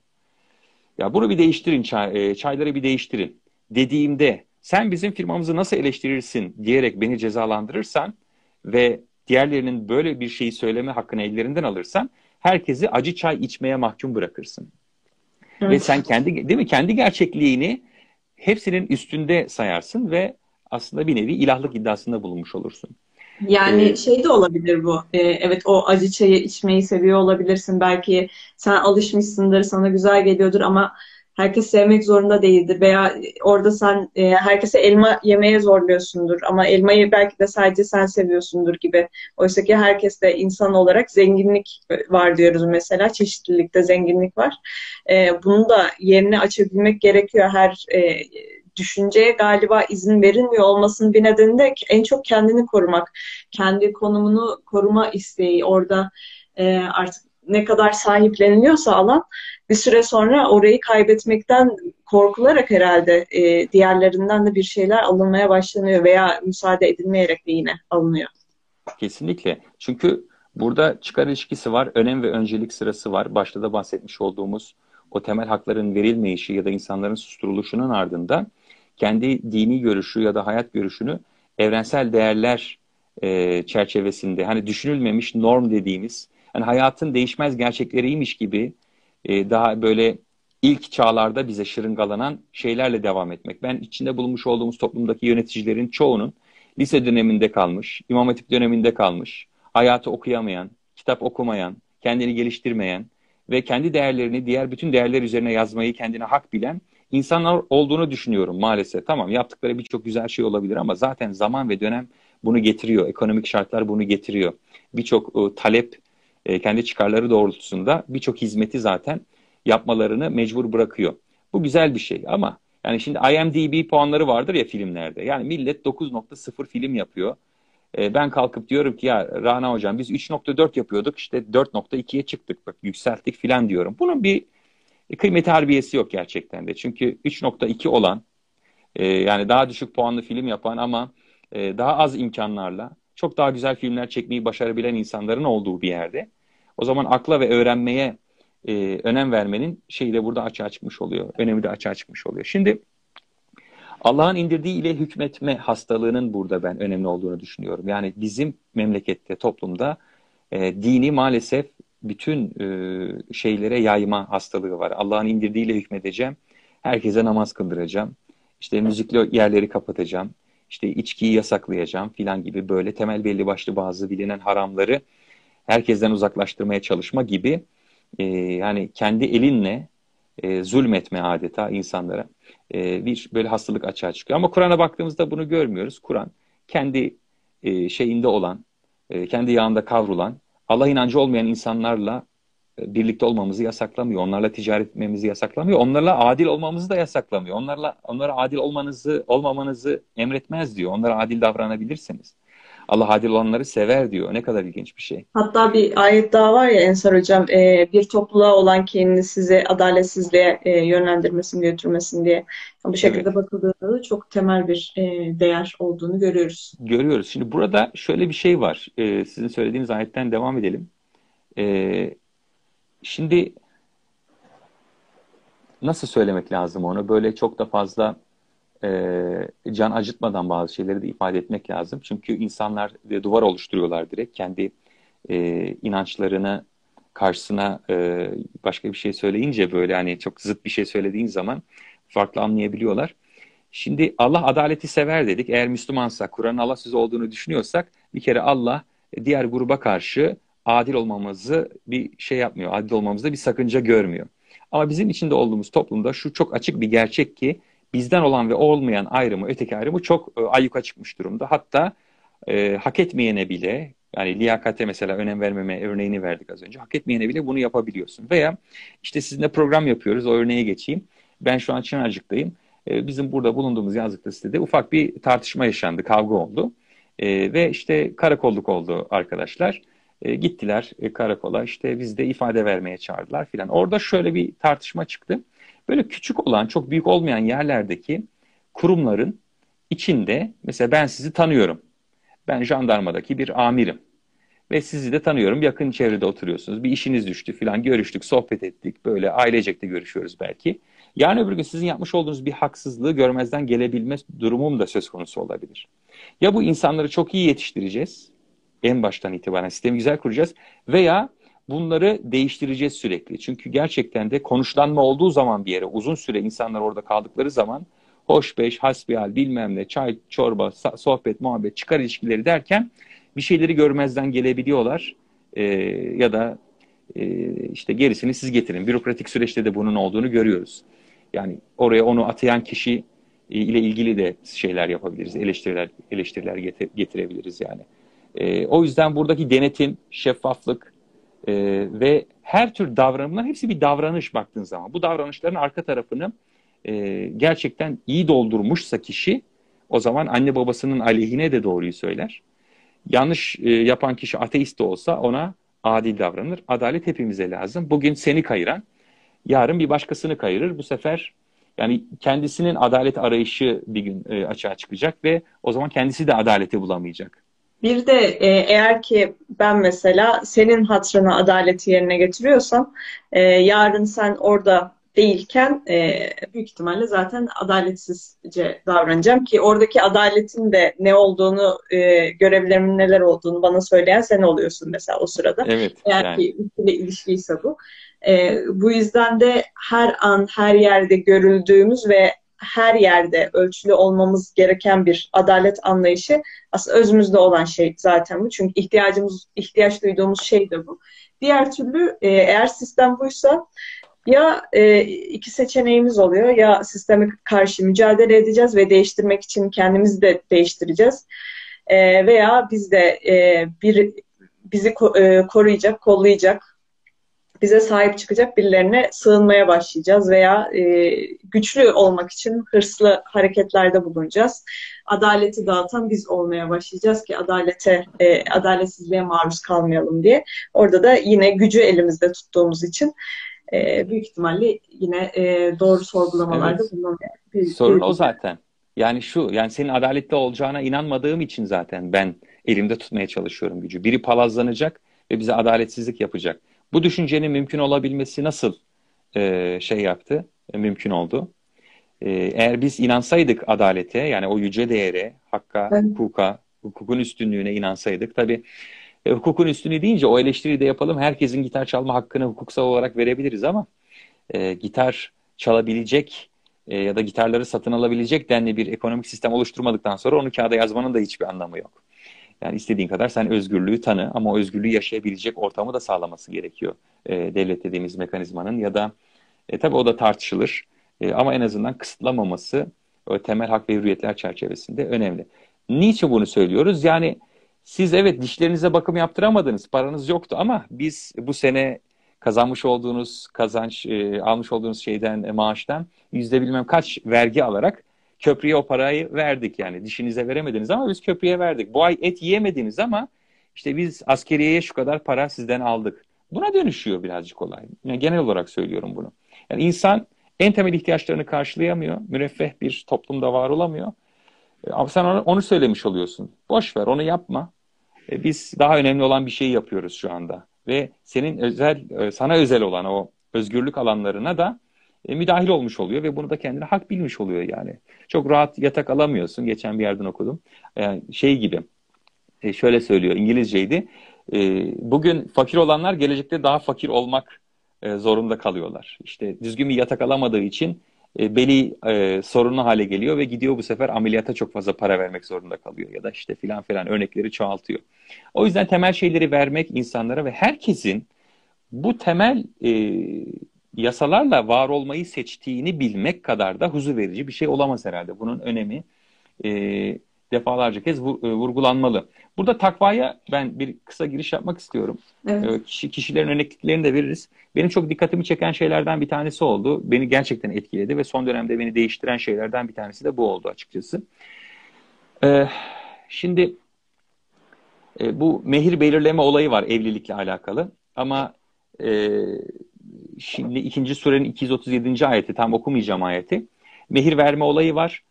Ya bunu bir değiştirin, çayları bir değiştirin dediğimde sen bizim firmamızı nasıl eleştirirsin diyerek beni cezalandırırsan ve diğerlerinin böyle bir şeyi söyleme hakkını ellerinden alırsan herkesi acı çay içmeye mahkum bırakırsın. Ve
Evet.
sen kendi, değil mi, kendi gerçekliğini hepsinin üstünde sayarsın ve aslında bir nevi ilahlık iddiasında bulunmuş olursun.
Yani
Ee,
şey de olabilir bu. Evet, o acı çayı içmeyi seviyor olabilirsin. Belki sen alışmışsındır, sana güzel geliyordur ama herkes sevmek zorunda değildir. Veya orada sen herkese elma yemeye zorluyorsundur ama elmayı belki de sadece sen seviyorsundur gibi. Oysa ki herkes de insan olarak zenginlik var diyoruz mesela. Çeşitlilikte zenginlik var. Bunu da yerine açabilmek gerekiyor her düşünceye galiba izin verilmiyor olmasının bir nedeni de en çok kendini korumak, kendi konumunu koruma isteği. Orada artık ne kadar sahipleniliyorsa alan bir süre sonra orayı kaybetmekten korkularak herhalde diğerlerinden de bir şeyler alınmaya başlanıyor veya müsaade edilmeyerek de yine alınıyor.
Kesinlikle. Çünkü burada çıkar ilişkisi var, önem ve öncelik sırası var. Başta da bahsetmiş olduğumuz o temel hakların verilmeyişi ya da insanların susturuluşunun ardından kendi dini görüşü ya da hayat görüşünü evrensel değerler çerçevesinde, hani düşünülmemiş norm dediğimiz, hani hayatın değişmez gerçekleriymiş gibi daha böyle ilk çağlarda bize şırıngalanan şeylerle devam etmek. Ben içinde bulunmuş olduğumuz toplumdaki yöneticilerin çoğunun Lise döneminde kalmış, İmam Hatip döneminde kalmış, hayatı okuyamayan, kitap okumayan, kendini geliştirmeyen ve kendi değerlerini diğer bütün değerler üzerine yazmayı kendine hak bilen insanlar olduğunu düşünüyorum maalesef. Tamam, yaptıkları birçok güzel şey olabilir ama zaten zaman ve dönem bunu getiriyor. Ekonomik şartlar bunu getiriyor. Birçok talep kendi çıkarları doğrultusunda birçok hizmeti zaten yapmalarını mecbur bırakıyor. Bu güzel bir şey ama yani şimdi IMDb puanları vardır ya filmlerde. Yani millet 9.0 film yapıyor. Ben kalkıp diyorum ki ya Rana hocam biz 3.4 yapıyorduk işte 4.2'ye çıktık bak yükselttik filan diyorum. Bunun bir kıymeti harbiyesi yok gerçekten de. Çünkü 3.2 olan yani daha düşük puanlı film yapan ama daha az imkanlarla çok daha güzel filmler çekmeyi başarabilen insanların olduğu bir yerde. O zaman akla ve öğrenmeye önem vermenin şeyi de burada açığa çıkmış oluyor. Önemi de açığa çıkmış oluyor. Şimdi Allah'ın indirdiği ile hükmetme hastalığının burada ben önemli olduğunu düşünüyorum. Yani bizim memlekette, toplumda dini maalesef bütün şeylere yayma hastalığı var. Allah'ın indirdiğiyle hükmedeceğim, herkese namaz kıldıracağım, işte müzikli yerleri kapatacağım, işte içkiyi yasaklayacağım filan gibi böyle temel belli başlı bazı bilinen haramları herkesten uzaklaştırmaya çalışma gibi yani kendi elinle zulmetme adeta insanlara bir böyle hastalık açığa çıkıyor. Ama Kur'an'a baktığımızda bunu görmüyoruz. Kur'an kendi şeyinde olan, kendi yağında kavrulan, Allah inancı olmayan insanlarla birlikte olmamızı yasaklamıyor. Onlarla ticaret etmemizi yasaklamıyor. Onlarla adil olmamızı da yasaklamıyor. Onlara adil olmamanızı emretmez diyor. Onlara adil davranabilirsiniz. Allah adil olanları sever diyor. Ne kadar ilginç bir şey.
Hatta bir ayet daha var ya Ensar Hocam, bir topluluğa olan kinini size adaletsizliğe yönlendirmesin, götürmesin diye. Bu şekilde
Evet.
bakıldığında da çok temel bir değer olduğunu görüyoruz.
Görüyoruz. Şimdi burada şöyle bir şey var. Sizin söylediğiniz ayetten devam edelim. Ee, Şimdi nasıl söylemek lazım onu? Böyle çok da fazla can acıtmadan bazı şeyleri de ifade etmek lazım. Çünkü insanlar duvar oluşturuyorlar direkt. Kendi inançlarını karşısına başka bir şey söyleyince böyle hani çok zıt bir şey söylediğin zaman farklı anlayabiliyorlar. Şimdi Allah adaleti sever dedik. Eğer Müslümansak, Kur'an'ın Allah sözü olduğunu düşünüyorsak bir kere Allah diğer gruba karşı adil olmamızı bir şey yapmıyor. Adil olmamızda bir sakınca görmüyor. Ama bizim içinde olduğumuz toplumda şu çok açık bir gerçek ki bizden olan ve olmayan ayrımı, öteki ayrımı çok ayyuka çıkmış durumda. Hatta hak etmeyene bile yani liyakate mesela önem vermeme örneğini verdik az önce. Hak etmeyene bile bunu yapabiliyorsun. Veya işte sizinle program yapıyoruz. O örneğe geçeyim. Ben şu an Çınarcık'tayım. Bizim burada bulunduğumuz yazlıkta sitede ufak bir tartışma yaşandı, kavga oldu. Ve işte karakolluk oldu arkadaşlar. Gittiler karakola işte biz de ifade vermeye çağırdılar filan. Orada şöyle bir tartışma çıktı. Böyle küçük olan, çok büyük olmayan yerlerdeki kurumların içinde mesela ben sizi tanıyorum. Ben jandarmadaki bir amirim. Ve sizi de tanıyorum. Yakın çevrede oturuyorsunuz. Bir işiniz düştü falan. Görüştük, sohbet ettik. Böyle ailecek de görüşüyoruz belki. Yarın öbür gün sizin yapmış olduğunuz bir haksızlığı görmezden gelebilme durumum da söz konusu olabilir. Ya bu insanları çok iyi yetiştireceğiz. En baştan itibaren sistemi güzel kuracağız. Veya bunları değiştireceğiz sürekli. Çünkü gerçekten de konuşlanma olduğu zaman bir yere uzun süre insanlar orada kaldıkları zaman hoş beş, hasbihal bilmem ne, çay, çorba, sohbet, muhabbet, çıkar ilişkileri derken bir şeyleri görmezden gelebiliyorlar. Ya da işte gerisini siz getirin. Bürokratik süreçte de bunun olduğunu görüyoruz. Yani oraya onu atayan kişi ile ilgili de şeyler yapabiliriz. Eleştiriler getirebiliriz yani. O yüzden buradaki denetim, şeffaflık ve her tür davranımlar hepsi bir davranış baktığın zaman. Bu davranışların arka tarafını gerçekten iyi doldurmuşsa kişi o zaman anne babasının aleyhine de doğruyu söyler. Yanlış yapan kişi ateist de olsa ona adil davranır. Adalet hepimize lazım. Bugün seni kayıran, yarın bir başkasını kayırır. Bu sefer yani kendisinin adalet arayışı bir gün açığa çıkacak ve o zaman kendisi de adaleti bulamayacak.
Bir de eğer ki ben mesela senin hatırına adaleti yerine getiriyorsam yarın sen orada değilken büyük ihtimalle zaten adaletsizce davranacağım ki oradaki adaletin de ne olduğunu, görevlerimin neler olduğunu bana söyleyen sen oluyorsun mesela o sırada.
Evet
Eğer
yani.
ki ikili ilişkiyse bu. Bu yüzden de her an her yerde görüldüğümüz ve her yerde ölçülü olmamız gereken bir adalet anlayışı aslında özümüzde olan şey zaten bu. Çünkü ihtiyaç duyduğumuz şey de bu. Diğer türlü eğer sistem buysa ya iki seçeneğimiz oluyor, ya sisteme karşı mücadele edeceğiz ve değiştirmek için kendimizi de değiştireceğiz. Veya biz de bizi koruyacak, kollayacak, bize sahip çıkacak birilerine sığınmaya başlayacağız veya güçlü olmak için hırslı hareketlerde bulunacağız. Adaleti dağıtan biz olmaya başlayacağız ki adaletsizliğe maruz kalmayalım diye. Orada da yine gücü elimizde tuttuğumuz için büyük ihtimalle yine doğru sorgulamalarda
Evet.
bulunamayabiliriz.
Sorun o zaten. Yani yani senin adaletli olacağına inanmadığım için zaten ben elimde tutmaya çalışıyorum gücü. Biri palazlanacak ve bize adaletsizlik yapacak. Bu düşüncenin mümkün olabilmesi nasıl mümkün oldu? Eğer biz inansaydık adalete, yani o yüce değere, hakka,
Evet.
hukuka, hukukun üstünlüğüne inansaydık, tabii hukukun üstünlüğü deyince o eleştiriyi de yapalım. Herkesin gitar çalma hakkını hukuksal olarak verebiliriz ama gitar çalabilecek ya da gitarları satın alabilecek denli bir ekonomik sistem oluşturmadıktan sonra onu kağıda yazmanın da hiçbir anlamı yok. Yani istediğin kadar sen özgürlüğü tanı ama o özgürlüğü yaşayabilecek ortamı da sağlaması gerekiyor devlet dediğimiz mekanizmanın, ya da tabii o da tartışılır. Ama en azından kısıtlamaması o temel hak ve hürriyetler çerçevesinde önemli. Niçin bunu söylüyoruz? Yani siz evet dişlerinize bakım yaptıramadınız, paranız yoktu ama biz bu sene kazanmış olduğunuz kazanç, almış olduğunuz maaştan yüzde bilmem kaç vergi alarak köprüye o parayı verdik yani. Dişinize veremediniz ama biz köprüye verdik. Bu ay et yiyemediniz ama işte biz askeriyeye şu kadar para sizden aldık. Buna dönüşüyor birazcık olay. Yani genel olarak söylüyorum bunu. Yani insan en temel ihtiyaçlarını karşılayamıyor. Müreffeh bir toplumda var olamıyor. Ama sen onu söylemiş oluyorsun. Boş ver, onu yapma. Biz daha önemli olan bir şeyi yapıyoruz şu anda. Ve senin sana özel olan o özgürlük alanlarına da müdahil olmuş oluyor ve bunu da kendine hak bilmiş oluyor yani. Çok rahat yatak alamıyorsun. Geçen bir yerden okudum. Yani şey gibi, şöyle söylüyor, İngilizceydi. Bugün fakir olanlar gelecekte daha fakir olmak zorunda kalıyorlar. İşte düzgün bir yatak alamadığı için beli sorunlu hale geliyor ve gidiyor bu sefer ameliyata çok fazla para vermek zorunda kalıyor. Ya da işte filan filan örnekleri çoğaltıyor. O yüzden temel şeyleri vermek insanlara ve herkesin bu temel yasalarla var olmayı seçtiğini bilmek kadar da huzur verici bir şey olamaz herhalde. Bunun önemi e, defalarca kez vurgulanmalı. Burada takvaya ben bir kısa giriş yapmak istiyorum.
Evet.
Kişilerin örnekliklerini de veririz. Benim çok dikkatimi çeken şeylerden bir tanesi oldu. Beni gerçekten etkiledi ve son dönemde beni değiştiren şeylerden bir tanesi de bu oldu açıkçası. E, Şimdi bu mehir belirleme olayı var evlilikle alakalı. Ama e, şimdi 2. surenin 237. ayeti, tam okumayacağım ayeti. Mehir verme olayı var.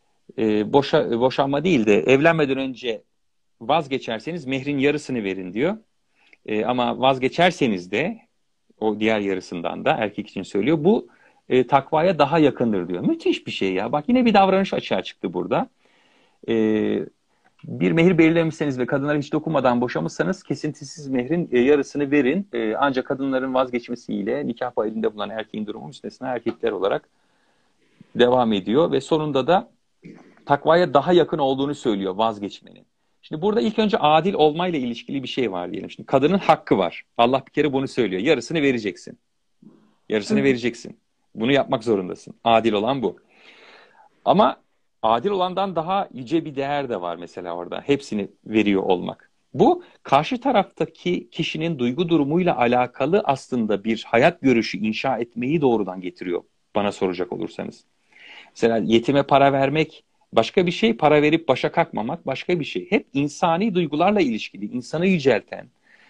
Boşanma değil de evlenmeden önce vazgeçerseniz mehrin yarısını verin diyor. Ama vazgeçerseniz de o diğer yarısından da erkek için söylüyor. Bu takvaya daha yakındır diyor. Müthiş bir şey ya. Bak yine bir davranış açığa çıktı burada. E, Bir mehir belirlemişseniz ve kadınlara hiç dokunmadan boşamışsanız kesintisiz mehrin yarısını verin. Ancak kadınların vazgeçmesiyle nikah payında bulunan erkeğin durumu müstesna erkekler olarak devam ediyor ve sonunda da takvaya daha yakın olduğunu söylüyor vazgeçmenin. Şimdi burada ilk önce adil olmayla ilişkili bir şey var diyelim. Şimdi kadının hakkı var. Allah bir kere bunu söylüyor. Yarısını vereceksin. Yarısını vereceksin. Bunu yapmak zorundasın. Adil olan bu. Ama adil olandan daha yüce bir değer de var mesela orada. Hepsini veriyor olmak. Bu karşı taraftaki kişinin duygu durumuyla alakalı aslında bir hayat görüşü inşa etmeyi doğrudan getiriyor bana soracak olursanız. Mesela yetime para vermek başka bir şey, para verip başa kalkmamak başka bir şey. Hep insani duygularla ilişkili, insanı yücelten,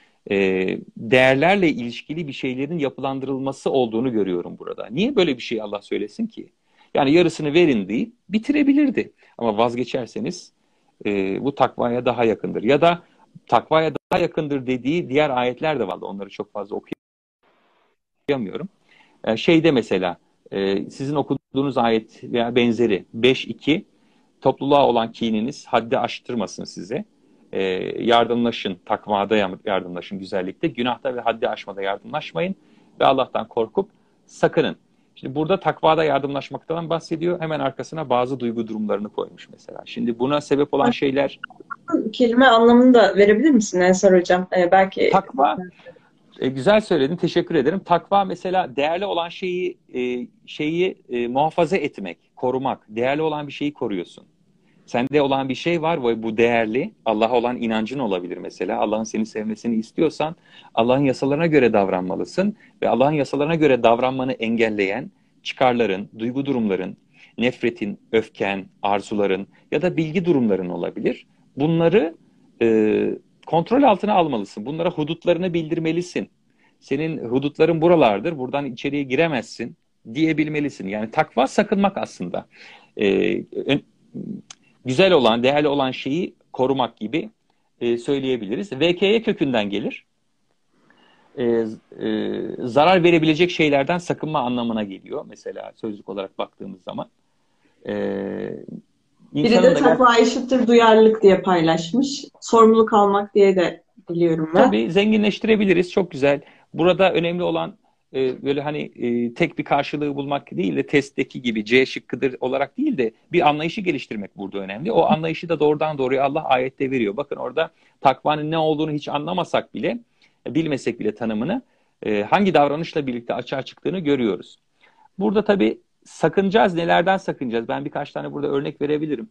değerlerle ilişkili bir şeylerin yapılandırılması olduğunu görüyorum burada. Niye böyle bir şey Allah söylesin ki? Yani yarısını verin deyip bitirebilirdi. Ama vazgeçerseniz bu takvaya daha yakındır. Ya da takvaya daha yakındır dediği diğer ayetler de vardı. Onları çok fazla okuyamıyorum. Şeyde mesela sizin okuduğunuz ayet veya benzeri 5.2, topluluğa olan kininiz haddi aştırmasın size. Yardımlaşın, takvada yardımlaşın güzellikte. Günahta ve haddi aşmada yardımlaşmayın ve Allah'tan korkup sakının. Şimdi burada takvada yardımlaşmaktan bahsediyor. Hemen arkasına bazı duygu durumlarını koymuş mesela. Şimdi buna sebep olan şeyler
Kelime anlamını da verebilir misin Ensar Hocam? Belki
takva. Güzel söyledin. Teşekkür ederim. Takva mesela değerli olan şeyi muhafaza etmek, korumak. Değerli olan bir şeyi koruyorsun. Sende olan bir şey var ve bu değerli. Allah'a olan inancın olabilir mesela. Allah'ın seni sevmesini istiyorsan Allah'ın yasalarına göre davranmalısın. Ve Allah'ın yasalarına göre davranmanı engelleyen çıkarların, duygu durumların, nefretin, öfken, arzuların ya da bilgi durumların olabilir. Bunları kontrol altına almalısın. Bunlara hudutlarını bildirmelisin. Senin hudutların buralardır, buradan içeriye giremezsin diyebilmelisin. Yani takva sakınmak aslında. Güzel olan, değerli olan şeyi korumak gibi söyleyebiliriz. VKY kökünden gelir. Zarar verebilecek şeylerden sakınma anlamına geliyor. Mesela sözlük olarak baktığımız zaman.
Biri de takva eşittir duyarlılık diye paylaşmış. Sorumluluk almak diye de biliyorum ben.
Tabii zenginleştirebiliriz. Çok güzel. Burada önemli olan böyle hani tek bir karşılığı bulmak değil de testteki gibi C şıkkıdır olarak değil de bir anlayışı geliştirmek burada önemli. O anlayışı da doğrudan doğruya Allah ayette veriyor. Bakın orada takvanın ne olduğunu hiç anlamasak bile, bilmesek bile tanımını hangi davranışla birlikte açığa çıktığını görüyoruz. Burada tabii sakınacağız. Nelerden sakınacağız? Ben birkaç tane burada örnek verebilirim.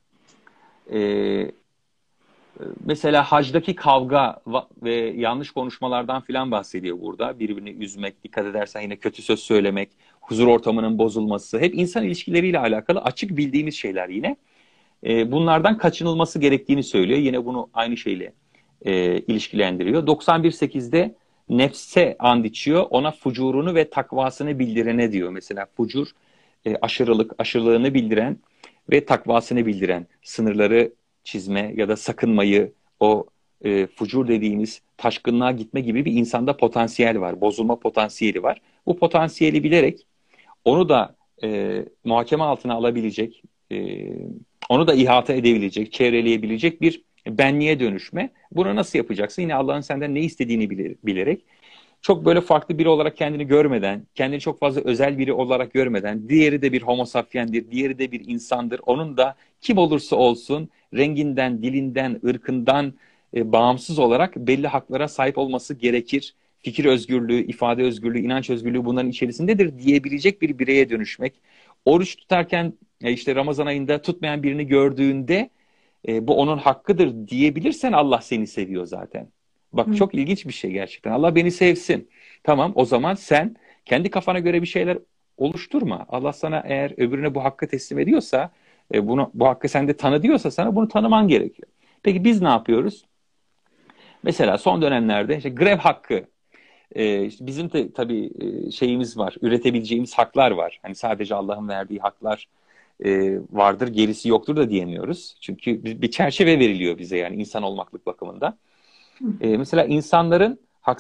Mesela hacdaki kavga ve yanlış konuşmalardan filan bahsediyor burada. Birbirini üzmek, dikkat edersen yine kötü söz söylemek, huzur ortamının bozulması. Hep insan ilişkileriyle alakalı açık bildiğimiz şeyler yine. Bunlardan kaçınılması gerektiğini söylüyor. Yine bunu aynı şeyle ilişkilendiriyor. 91.8'de nefse and içiyor. Ona fucurunu ve takvasını bildirene diyor. Mesela fucur aşırılık, aşırılığını bildiren ve takvasını bildiren, sınırları çizme ya da sakınmayı, o fucur dediğimiz taşkınlığa gitme gibi bir insanda potansiyel var. Bozulma potansiyeli var. Bu potansiyeli bilerek onu da muhakeme altına alabilecek, onu da ihata edebilecek, çevreleyebilecek bir benliğe dönüşme. Bunu nasıl yapacaksın? Yine Allah'ın senden ne istediğini bilerek, çok böyle farklı biri olarak kendini görmeden, kendini çok fazla özel biri olarak görmeden, diğeri de bir homo sapiendir, diğeri de bir insandır. Onun da kim olursa olsun renginden, dilinden, ırkından bağımsız olarak belli haklara sahip olması gerekir. Fikir özgürlüğü, ifade özgürlüğü, inanç özgürlüğü bunların içerisindedir diyebilecek bir bireye dönüşmek. Oruç tutarken işte Ramazan ayında tutmayan birini gördüğünde bu onun hakkıdır diyebilirsen Allah seni seviyor zaten. Bak çok ilginç bir şey gerçekten. Allah beni sevsin. Tamam, o zaman sen kendi kafana göre bir şeyler oluşturma. Allah sana eğer öbürüne bu hakkı teslim ediyorsa, bu hakkı sende tanı diyorsa sana bunu tanıman gerekiyor. Peki biz ne yapıyoruz? Mesela son dönemlerde işte grev hakkı, işte bizim de tabii şeyimiz var, üretebileceğimiz haklar var. Hani sadece Allah'ın verdiği haklar vardır, gerisi yoktur da diyemiyoruz. Çünkü bir çerçeve veriliyor bize yani insan olmaklık bakımında. Mesela insanların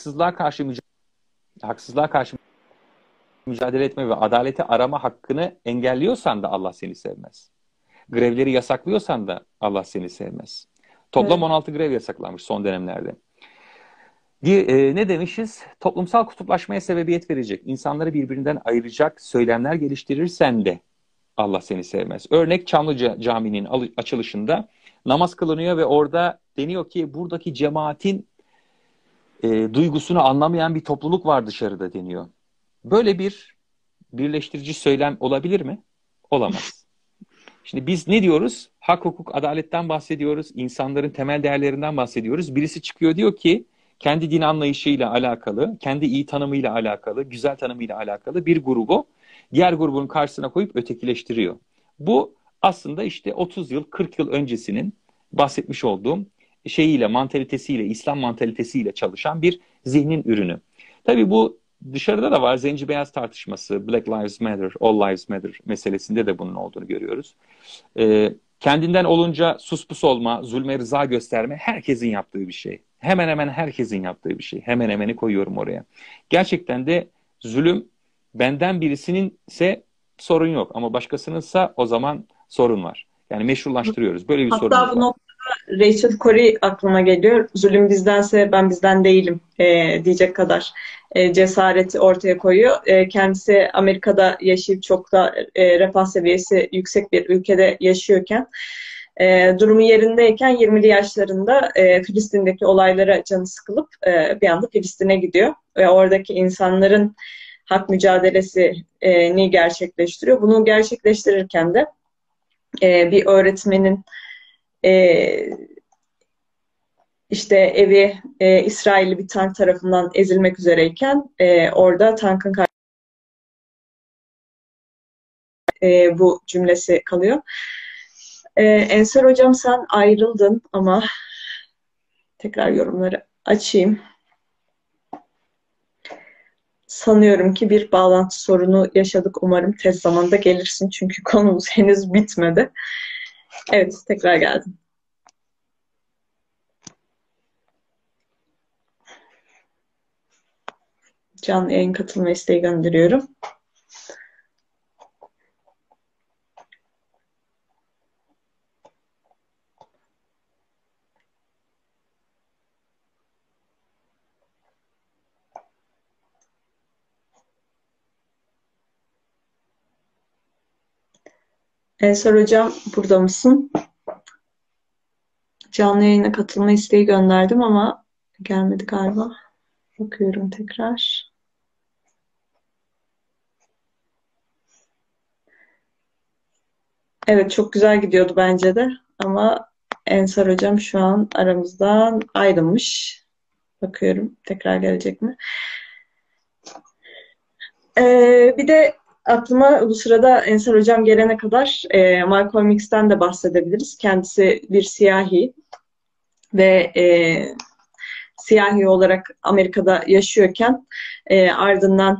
haksızlığa karşı mücadele etme ve adaleti arama hakkını engelliyorsan da Allah seni sevmez. Grevleri yasaklıyorsan da Allah seni sevmez. Toplam 16 grev yasaklanmış son dönemlerde. Ne demişiz? Toplumsal kutuplaşmaya sebebiyet verecek, insanları birbirinden ayıracak söylemler geliştirirsen de Allah seni sevmez. Örnek Çamlıca Camii'nin açılışında namaz kılınıyor ve orada deniyor ki buradaki cemaatin duygusunu anlamayan bir topluluk var dışarıda deniyor. Böyle bir birleştirici söylem olabilir mi? Olamaz. Şimdi biz ne diyoruz? Hak, hukuk, adaletten bahsediyoruz. İnsanların temel değerlerinden bahsediyoruz. Birisi çıkıyor diyor ki kendi din anlayışıyla alakalı, kendi iyi tanımıyla alakalı, güzel tanımıyla alakalı bir grubu diğer grubun karşısına koyup ötekileştiriyor. Bu aslında işte 30 yıl, 40 yıl öncesinin bahsetmiş olduğum şeyiyle, mantalitesiyle, İslam mantalitesiyle çalışan bir zihnin ürünü. Tabii bu dışarıda da var. Zenci beyaz tartışması, Black Lives Matter, All Lives Matter meselesinde de bunun olduğunu görüyoruz. Kendinden olunca sus pus olma, zulme rıza gösterme herkesin yaptığı bir şey. Hemen hemen herkesin yaptığı bir şey. Hemen hemeni koyuyorum oraya. Gerçekten de zulüm benden birisinin ise sorun yok ama başkasınınsa o zaman sorun var. Yani meşrulaştırıyoruz. Böyle bir sorun var.
Hatta bu noktada Rachel Corrie aklıma geliyor. Zulüm bizdense ben bizden değilim diyecek kadar cesareti ortaya koyuyor. Kendisi Amerika'da yaşayıp çok da refah seviyesi yüksek bir ülkede yaşıyorken, durumu yerindeyken 20'li yaşlarında Filistin'deki olaylara canı sıkılıp bir anda Filistin'e gidiyor. Ve oradaki insanların hak mücadelesini gerçekleştiriyor. Bunu gerçekleştirirken de bir öğretmenin işte evi İsrailli bir tank tarafından ezilmek üzereyken orada tankın bu cümlesi kalıyor. Ensar hocam sen ayrıldın ama tekrar yorumları açayım. Sanıyorum ki bir bağlantı sorunu yaşadık. Umarım tez zamanda gelirsin çünkü konumuz henüz bitmedi. Evet, tekrar geldim. Canlı yayın katılma isteği gönderiyorum. Ensar hocam burada mısın? Canlı yayına katılma isteği gönderdim ama gelmedi galiba. Bakıyorum tekrar. Evet, çok güzel gidiyordu bence de ama Ensar hocam şu an aramızdan ayrılmış. Bakıyorum tekrar gelecek mi? Bir de aklıma bu sırada Ensar hocam gelene kadar Malcolm X'ten de bahsedebiliriz. Kendisi bir siyahi ve siyahi olarak Amerika'da yaşıyorken ardından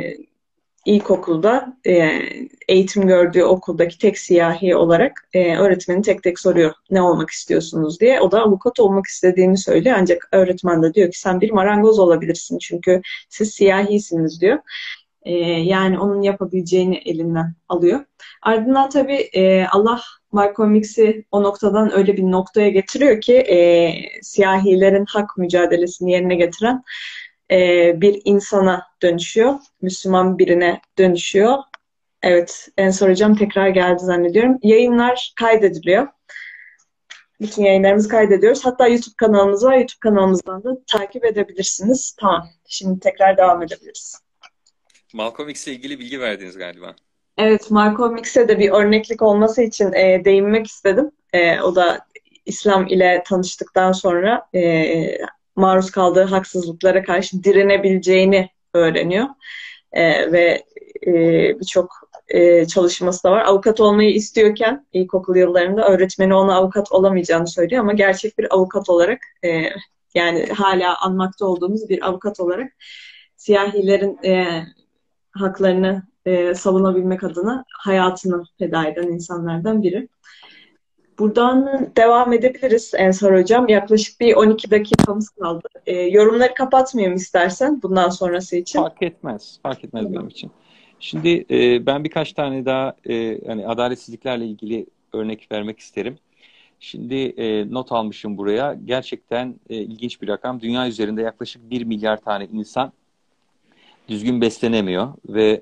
ilkokulda eğitim gördüğü okuldaki tek siyahi olarak öğretmeni tek tek soruyor ne olmak istiyorsunuz diye. O da avukat olmak istediğini söylüyor. Ancak öğretmen de diyor ki sen bir marangoz olabilirsin çünkü siz siyahisiniz diyor. Yani onun yapabileceğini elinden alıyor. Ardından tabii Allah Malcolm X'i o noktadan öyle bir noktaya getiriyor ki siyahilerin hak mücadelesini yerine getiren bir insana dönüşüyor. Müslüman birine dönüşüyor. Evet, Ensar hocam tekrar geldi zannediyorum. Yayınlar kaydediliyor. Bütün yayınlarımızı kaydediyoruz. Hatta YouTube kanalımız var. YouTube kanalımızdan da takip edebilirsiniz. Tamam, şimdi tekrar devam edebiliriz.
Malcolm X ile ilgili bilgi verdiniz galiba.
Evet, Malcolm X'e de bir örneklik olması için değinmek istedim. O da İslam ile tanıştıktan sonra maruz kaldığı haksızlıklara karşı direnebileceğini öğreniyor. Ve birçok çalışması da var. Avukat olmayı istiyorken ilkokul yıllarında öğretmeni ona avukat olamayacağını söylüyor ama gerçek bir avukat olarak yani hala anmakta olduğumuz bir avukat olarak siyahilerin haklarını savunabilmek adına hayatını feda eden insanlardan biri. Buradan devam edebiliriz Ensar Hocam. Yaklaşık bir 12 dakikamız kaldı. Yorumları kapatmayayım istersen bundan sonrası için.
Fark etmez. Fark etmez benim için. Şimdi ben birkaç tane daha hani adaletsizliklerle ilgili örnek vermek isterim. Şimdi not almışım buraya. Gerçekten ilginç bir rakam. Dünya üzerinde yaklaşık 1 milyar tane insan düzgün beslenemiyor ve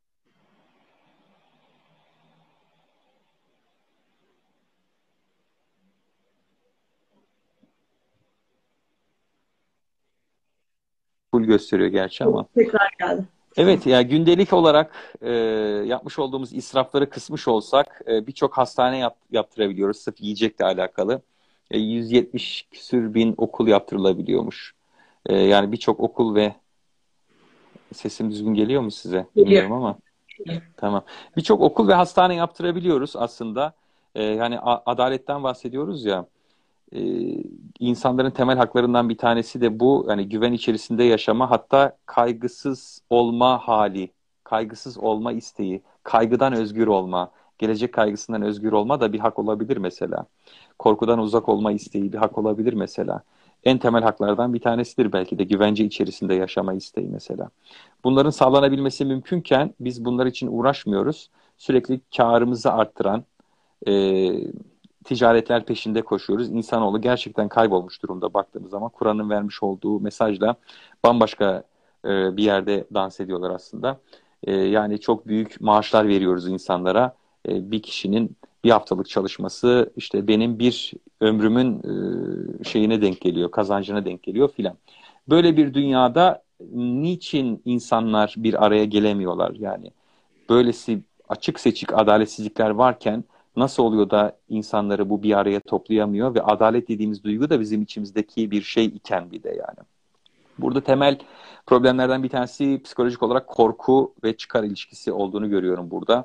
full gösteriyor gerçi ama.
Tekrar geldi.
Evet, ya gündelik olarak yapmış olduğumuz israfları kısmış olsak birçok hastane yaptırabiliyoruz sırf yiyecekle alakalı. 170 küsür bin okul yaptırılabiliyormuş. Yani birçok okul ve sesim düzgün geliyor mu size? Bilmiyorum ama. Tamam. Birçok okul ve hastane yaptırabiliyoruz aslında. Yani adaletten bahsediyoruz ya. İnsanların temel haklarından bir tanesi de bu. Yani güven içerisinde yaşama, hatta kaygısız olma hali, kaygısız olma isteği, kaygıdan özgür olma, gelecek kaygısından özgür olma da bir hak olabilir mesela. Korkudan uzak olma isteği bir hak olabilir mesela. En temel haklardan bir tanesidir belki de güvence içerisinde yaşama isteği mesela. Bunların sağlanabilmesi mümkünken biz bunlar için uğraşmıyoruz. Sürekli karımızı arttıran, ticaretler peşinde koşuyoruz. İnsanoğlu gerçekten kaybolmuş durumda baktığımız zaman. Kur'an'ın vermiş olduğu mesajla bambaşka bir yerde dans ediyorlar aslında. Yani çok büyük maaşlar veriyoruz insanlara. Bir kişinin bir haftalık çalışması işte benim bir ömrümün şeyine denk geliyor, kazancına denk geliyor filan. Böyle bir dünyada niçin insanlar bir araya gelemiyorlar? Yani böylesi açık seçik adaletsizlikler varken nasıl oluyor da insanları bu bir araya toplayamıyor ve adalet dediğimiz duygu da bizim içimizdeki bir şey iken bir de yani. Burada temel problemlerden bir tanesi psikolojik olarak korku ve çıkar ilişkisi olduğunu görüyorum burada.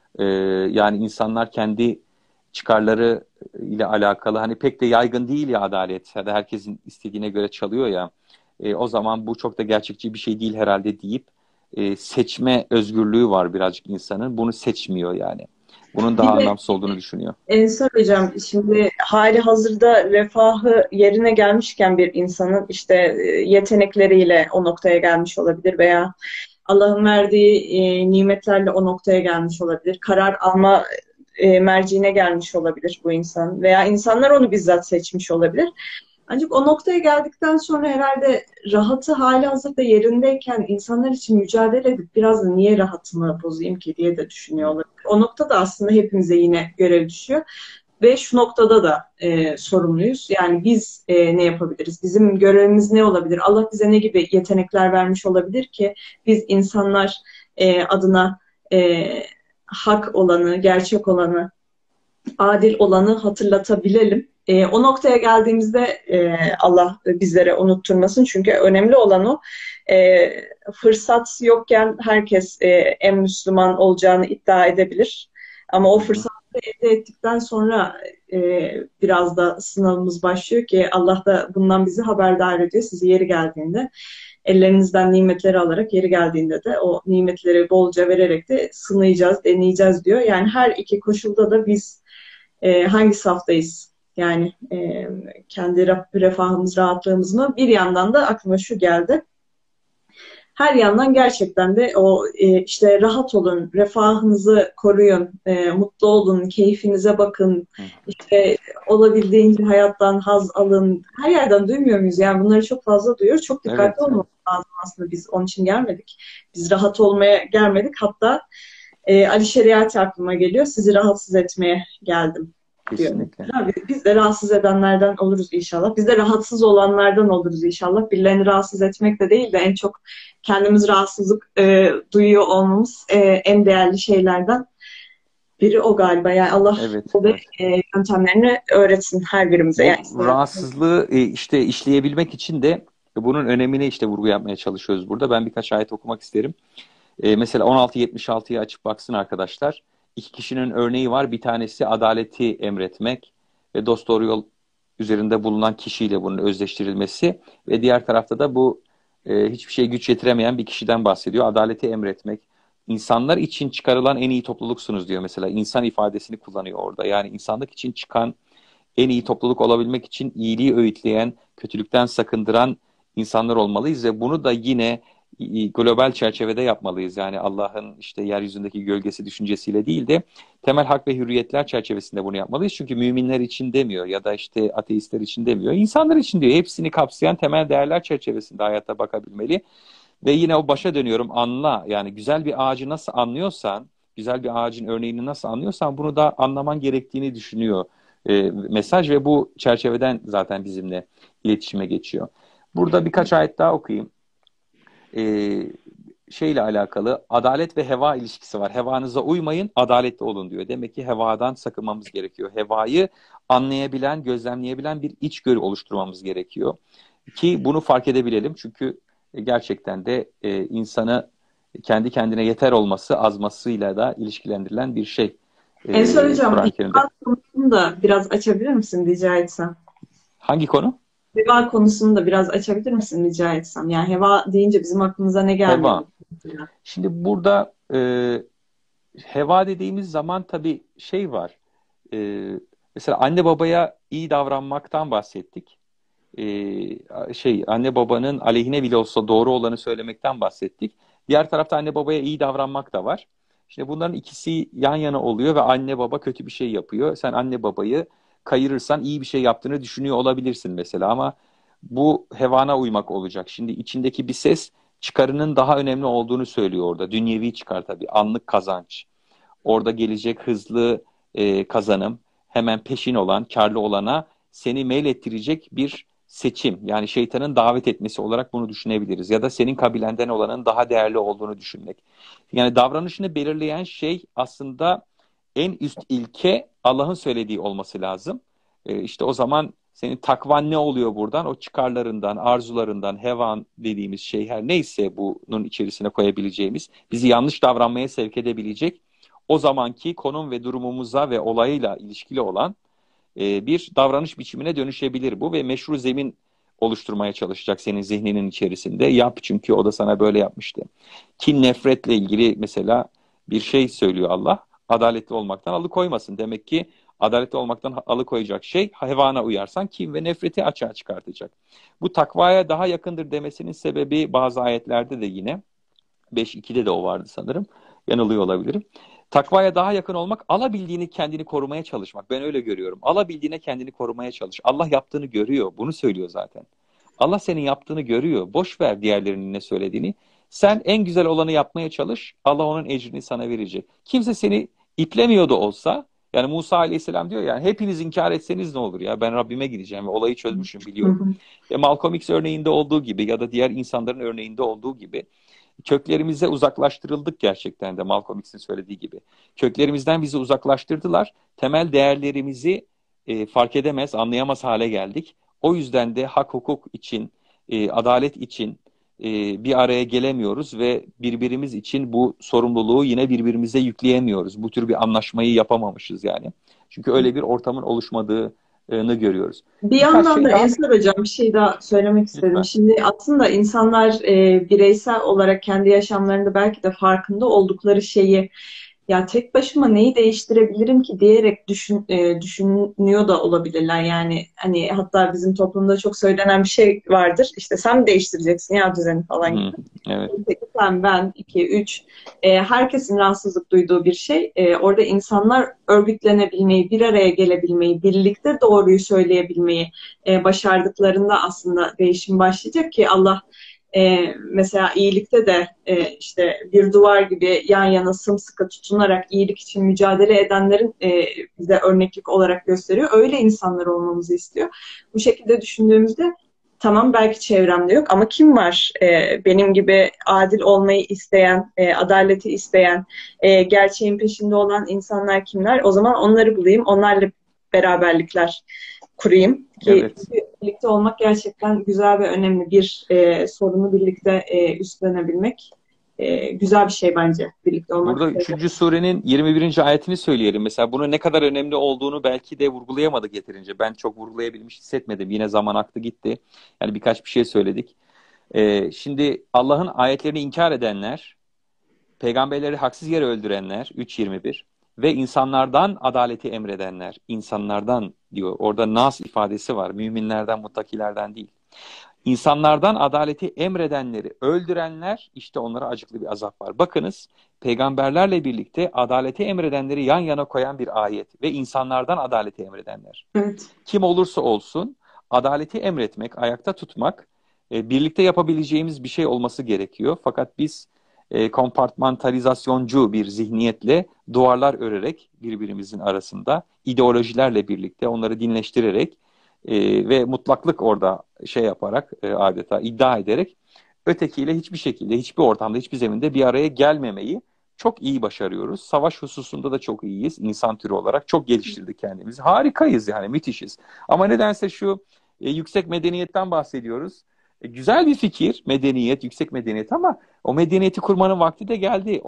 Yani insanlar kendi çıkarları ile alakalı hani pek de yaygın değil ya adalet ya da herkesin istediğine göre çalıyor ya. O zaman bu çok da gerçekçi bir şey değil herhalde deyip seçme özgürlüğü var birazcık insanın. Bunu seçmiyor yani. Bunun daha
Bir de
anlamsız olduğunu düşünüyor.
Ensar Hocam, şimdi hali hazırda refahı yerine gelmişken bir insanın işte yetenekleriyle o noktaya gelmiş olabilir veya Allah'ın verdiği nimetlerle o noktaya gelmiş olabilir. Karar alma merciine gelmiş olabilir bu insan veya insanlar onu bizzat seçmiş olabilir. Ancak o noktaya geldikten sonra herhalde rahatı hali hazırda yerindeyken insanlar için mücadele edip biraz da niye rahatımı bozayım ki diye de düşünüyor olabilir. O noktada aslında hepimize yine görev düşüyor. Ve şu noktada da sorumluyuz. Yani biz ne yapabiliriz? Bizim görevimiz ne olabilir? Allah bize ne gibi yetenekler vermiş olabilir ki biz insanlar adına e, hak olanı, gerçek olanı, adil olanı hatırlatabilelim. O noktaya geldiğimizde Allah bizlere unutturmasın. Çünkü önemli olan o. E, Fırsat yokken herkes en Müslüman olacağını iddia edebilir. Ama o
Hı hı.
fırsatı elde ettikten sonra biraz da sınavımız başlıyor ki Allah da bundan bizi haberdar ediyor. Sizi yeri geldiğinde ellerinizden nimetleri alarak yeri geldiğinde de o nimetleri bolca vererek de sınayacağız, deneyeceğiz diyor. Yani her iki koşulda da biz hangi saftayız? Yani kendi refahımız, rahatlığımız mı? Bir yandan da aklıma şu geldi. Her yandan gerçekten de o işte rahat olun, refahınızı koruyun, mutlu olun, keyfinize bakın,
Hı.
işte olabildiğince hayattan haz alın. Her yerden duymuyor muyuz? Yani bunları çok fazla duyuyoruz. Çok dikkatli
Evet, evet.
olmamız lazım aslında, biz onun için gelmedik. Biz rahat olmaya gelmedik. Hatta Ali Şeriatı aklıma geliyor. Sizi rahatsız etmeye geldim diyor.
Kesinlikle.
Biz de rahatsız edenlerden oluruz inşallah. Biz de rahatsız olanlardan oluruz inşallah. Birilerini rahatsız etmek de değil de en çok kendimiz rahatsızlık duyuyor olmamız en değerli şeylerden biri o galiba. Yani Allah
Evet,
o ve
evet.
yöntemlerini öğretsin her birimize. Yani
Bu rahatsızlığı işte işleyebilmek için de bunun önemine işte vurgu yapmaya çalışıyoruz burada. Ben birkaç ayet okumak isterim. Mesela 1676'yı açıp baksın arkadaşlar. İki kişinin örneği var. Bir tanesi adaleti emretmek ve dosdoğru yol üzerinde bulunan kişiyle bunun özdeştirilmesi ve diğer tarafta da bu hiçbir şeye güç yetiremeyen bir kişiden bahsediyor. Adaleti emretmek. İnsanlar için çıkarılan en iyi topluluksunuz diyor mesela. İnsan ifadesini kullanıyor orada. Yani insanlık için çıkan en iyi topluluk olabilmek için iyiliği öğütleyen, kötülükten sakındıran insanlar olmalıyız ve bunu da yine global çerçevede yapmalıyız. Yani Allah'ın işte yeryüzündeki gölgesi düşüncesiyle değil de temel hak ve hürriyetler çerçevesinde bunu yapmalıyız. Çünkü müminler için demiyor ya da işte ateistler için demiyor. İnsanlar için diyor. Hepsini kapsayan temel değerler çerçevesinde hayata bakabilmeli. Ve yine o başa dönüyorum, anla. Yani güzel bir ağacı nasıl anlıyorsan, güzel bir ağacın örneğini nasıl anlıyorsan bunu da anlaman gerektiğini düşünüyor mesaj ve bu çerçeveden zaten bizimle iletişime geçiyor. Burada birkaç ayet daha okuyayım. Şeyle alakalı adalet ve heva ilişkisi var. Hevanıza uymayın, adaletli olun diyor. Demek ki hevadan sakınmamız gerekiyor. Hevayı anlayabilen, gözlemleyebilen bir içgörü oluşturmamız gerekiyor. Ki bunu fark edebilelim. Çünkü gerçekten de insanı kendi kendine yeter olması, azmasıyla da ilişkilendirilen bir şey.
Ensar Hocam,
Kur'an-ı Kerim'de.
heva konusunu da biraz açabilir misin rica etsem?
Hangi konu?
Heva konusunu da biraz açabilir misin rica etsem? Yani heva deyince bizim aklımıza ne gelmeli?
Heva. Şimdi burada heva dediğimiz zaman tabii şey var. Mesela anne babaya iyi davranmaktan bahsettik. Anne babanın aleyhine bile olsa doğru olanı söylemekten bahsettik. Diğer tarafta anne babaya iyi davranmak da var. Şimdi bunların ikisi yan yana oluyor ve anne baba kötü bir şey yapıyor. Sen anne babayı kayırırsan iyi bir şey yaptığını düşünüyor olabilirsin mesela, ama bu hevana uymak olacak. Şimdi içindeki bir ses çıkarının daha önemli olduğunu söylüyor orada. Dünyevi çıkar tabii, anlık kazanç. Orada gelecek hızlı kazanım, hemen peşin olan, karlı olana seni meylettirecek bir seçim. Yani şeytanın davet etmesi olarak bunu düşünebiliriz. Ya da senin kabilenden olanın daha değerli olduğunu düşünmek. Yani davranışını belirleyen şey aslında en üst ilke Allah'ın söylediği olması lazım. İşte o zaman senin takvan ne oluyor buradan? O çıkarlarından, arzularından, hevan dediğimiz şey her neyse bunun içerisine koyabileceğimiz, bizi yanlış davranmaya sevk edebilecek, o zamanki konum ve durumumuza ve olayıyla ilişkili olan bir davranış biçimine dönüşebilir bu ve meşru zemin oluşturmaya çalışacak senin zihninin içerisinde. Yap, çünkü o da sana böyle yapmıştı. Kin, nefretle ilgili mesela bir şey söylüyor Allah. Adaletli olmaktan alıkoymasın. Demek ki adaletli olmaktan alıkoyacak şey, hevana uyarsan kin ve nefreti açığa çıkartacak. Bu takvaya daha yakındır demesinin sebebi bazı ayetlerde de yine 5.2'de de o vardı sanırım. Yanılıyor olabilirim. Takvaya daha yakın olmak, alabildiğini kendini korumaya çalışmak. Ben öyle görüyorum. Alabildiğine kendini korumaya çalış. Allah yaptığını görüyor. Bunu söylüyor zaten. Allah senin yaptığını görüyor. Boş ver diğerlerinin ne söylediğini. Sen en güzel olanı yapmaya çalış. Allah onun ecrini sana verecek. Kimse seni iplemiyor da olsa, yani Musa Aleyhisselam diyor yani, hepiniz inkar etseniz ne olur ya, ben Rabbime gideceğim ve olayı çözmüşüm, biliyorum. Malcolm X örneğinde olduğu gibi ya da diğer insanların örneğinde olduğu gibi köklerimize uzaklaştırıldık gerçekten de, Malcolm X'in söylediği gibi. Köklerimizden bizi uzaklaştırdılar. Temel değerlerimizi fark edemez, anlayamaz hale geldik. O yüzden de hak, hukuk için, adalet için bir araya gelemiyoruz ve birbirimiz için bu sorumluluğu yine birbirimize yükleyemiyoruz. Bu tür bir anlaşmayı yapamamışız yani. Çünkü öyle bir ortamın oluşmadığını görüyoruz.
Bir
Birkaç
yandan
şey
da
daha
Ensar Hocam bir şey daha söylemek istedim.
lütfen.
Şimdi aslında insanlar bireysel olarak kendi yaşamlarında belki de farkında oldukları şeyi, ya tek başıma neyi değiştirebilirim ki diyerek düşünüyor da olabilirler. Yani hani hatta bizim toplumda çok söylenen bir şey vardır. İşte sen mi değiştireceksin ya düzeni falan gibi.
Hı, evet.
Peki sen, ben, iki, üç. Herkesin rahatsızlık duyduğu bir şey. Orada insanlar örgütlenebilmeyi, bir araya gelebilmeyi, birlikte doğruyu söyleyebilmeyi başardıklarında aslında değişim başlayacak ki Allah mesela iyilikte de işte bir duvar gibi yan yana sımsıkı tutunarak iyilik için mücadele edenlerin bize örneklik olarak gösteriyor. Öyle insanlar olmamızı istiyor. Bu şekilde düşündüğümüzde tamam, belki çevremde yok ama kim var benim gibi adil olmayı isteyen, adaleti isteyen, gerçeğin peşinde olan insanlar kimler? O zaman onları bulayım, onlarla beraberlikler kurayım ki
Evet.
birlikte olmak gerçekten güzel ve önemli. Bir sorunu birlikte üstlenebilmek güzel bir şey bence. Birlikte olmak.
Burada 3. surenin 21. ayetini söyleyelim. Mesela bunun ne kadar önemli olduğunu belki de vurgulayamadık yeterince. Ben çok vurgulayabilmiş hissetmedim. Yine zaman aktı gitti. Yani birkaç bir şey söyledik. Şimdi Allah'ın ayetlerini inkar edenler, peygamberleri haksız yere öldürenler, 3.21, ve insanlardan adaleti emredenler. İnsanlardan diyor. Orada nas ifadesi var. Müminlerden, muttakilerden değil. İnsanlardan adaleti emredenleri öldürenler, işte onlara acıklı bir azap var. Bakınız, peygamberlerle birlikte adaleti emredenleri yan yana koyan bir ayet ve insanlardan adaleti emredenler.
Evet.
Kim olursa olsun adaleti emretmek, ayakta tutmak birlikte yapabileceğimiz bir şey olması gerekiyor. Fakat biz kompartmantalizasyoncu bir zihniyetle duvarlar örerek birbirimizin arasında, ideolojilerle birlikte onları dinleştirerek ve mutlaklık orada şey yaparak, adeta iddia ederek ötekiyle hiçbir şekilde, hiçbir ortamda, hiçbir zeminde bir araya gelmemeyi çok iyi başarıyoruz. Savaş hususunda da çok iyiyiz. İnsan türü olarak çok geliştirdik kendimizi. Harikayız yani, müthişiz. Ama nedense şu yüksek medeniyetten bahsediyoruz. Güzel bir fikir medeniyet, yüksek medeniyet, ama o medeniyeti kurmanın vakti de geldi.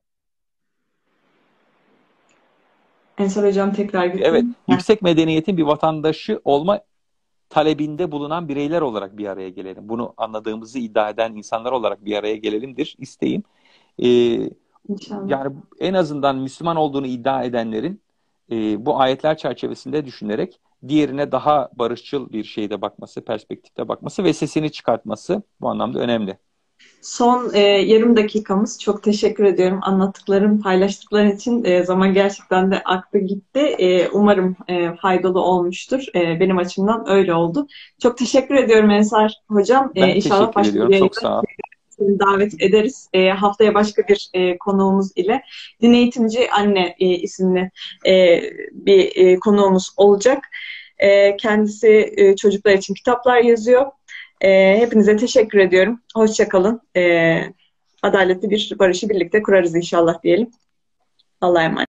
Ensar Hocam tekrar
Evet,
gittim.
yüksek medeniyetin bir vatandaşı olma talebinde bulunan bireyler olarak bir araya gelelim. Bunu anladığımızı iddia eden insanlar olarak bir araya gelelimdir isteğim. Ee,
İnşallah.
Yani en azından Müslüman olduğunu iddia edenlerin bu ayetler çerçevesinde düşünerek diğerine daha barışçıl bir şeyde bakması, perspektifte bakması ve sesini çıkartması bu anlamda önemli.
Son yarım dakikamız. Çok teşekkür ediyorum anlattıkların, paylaştıkların için. Zaman gerçekten de aktı gitti. Umarım faydalı olmuştur. Benim açımdan öyle oldu. Çok teşekkür ediyorum Ensar Hocam.
Ben
İnşallah
teşekkür
başka bir
ediyorum. Çok
yayında
sağ ol.
seni davet ederiz. Haftaya başka bir konuğumuz ile Din Eğitimci Anne isimli bir konuğumuz olacak. Kendisi çocuklar için kitaplar yazıyor. Hepinize teşekkür ediyorum. Hoşça kalın. Adaletli bir barışı birlikte kurarız inşallah diyelim. Allah'a emanet.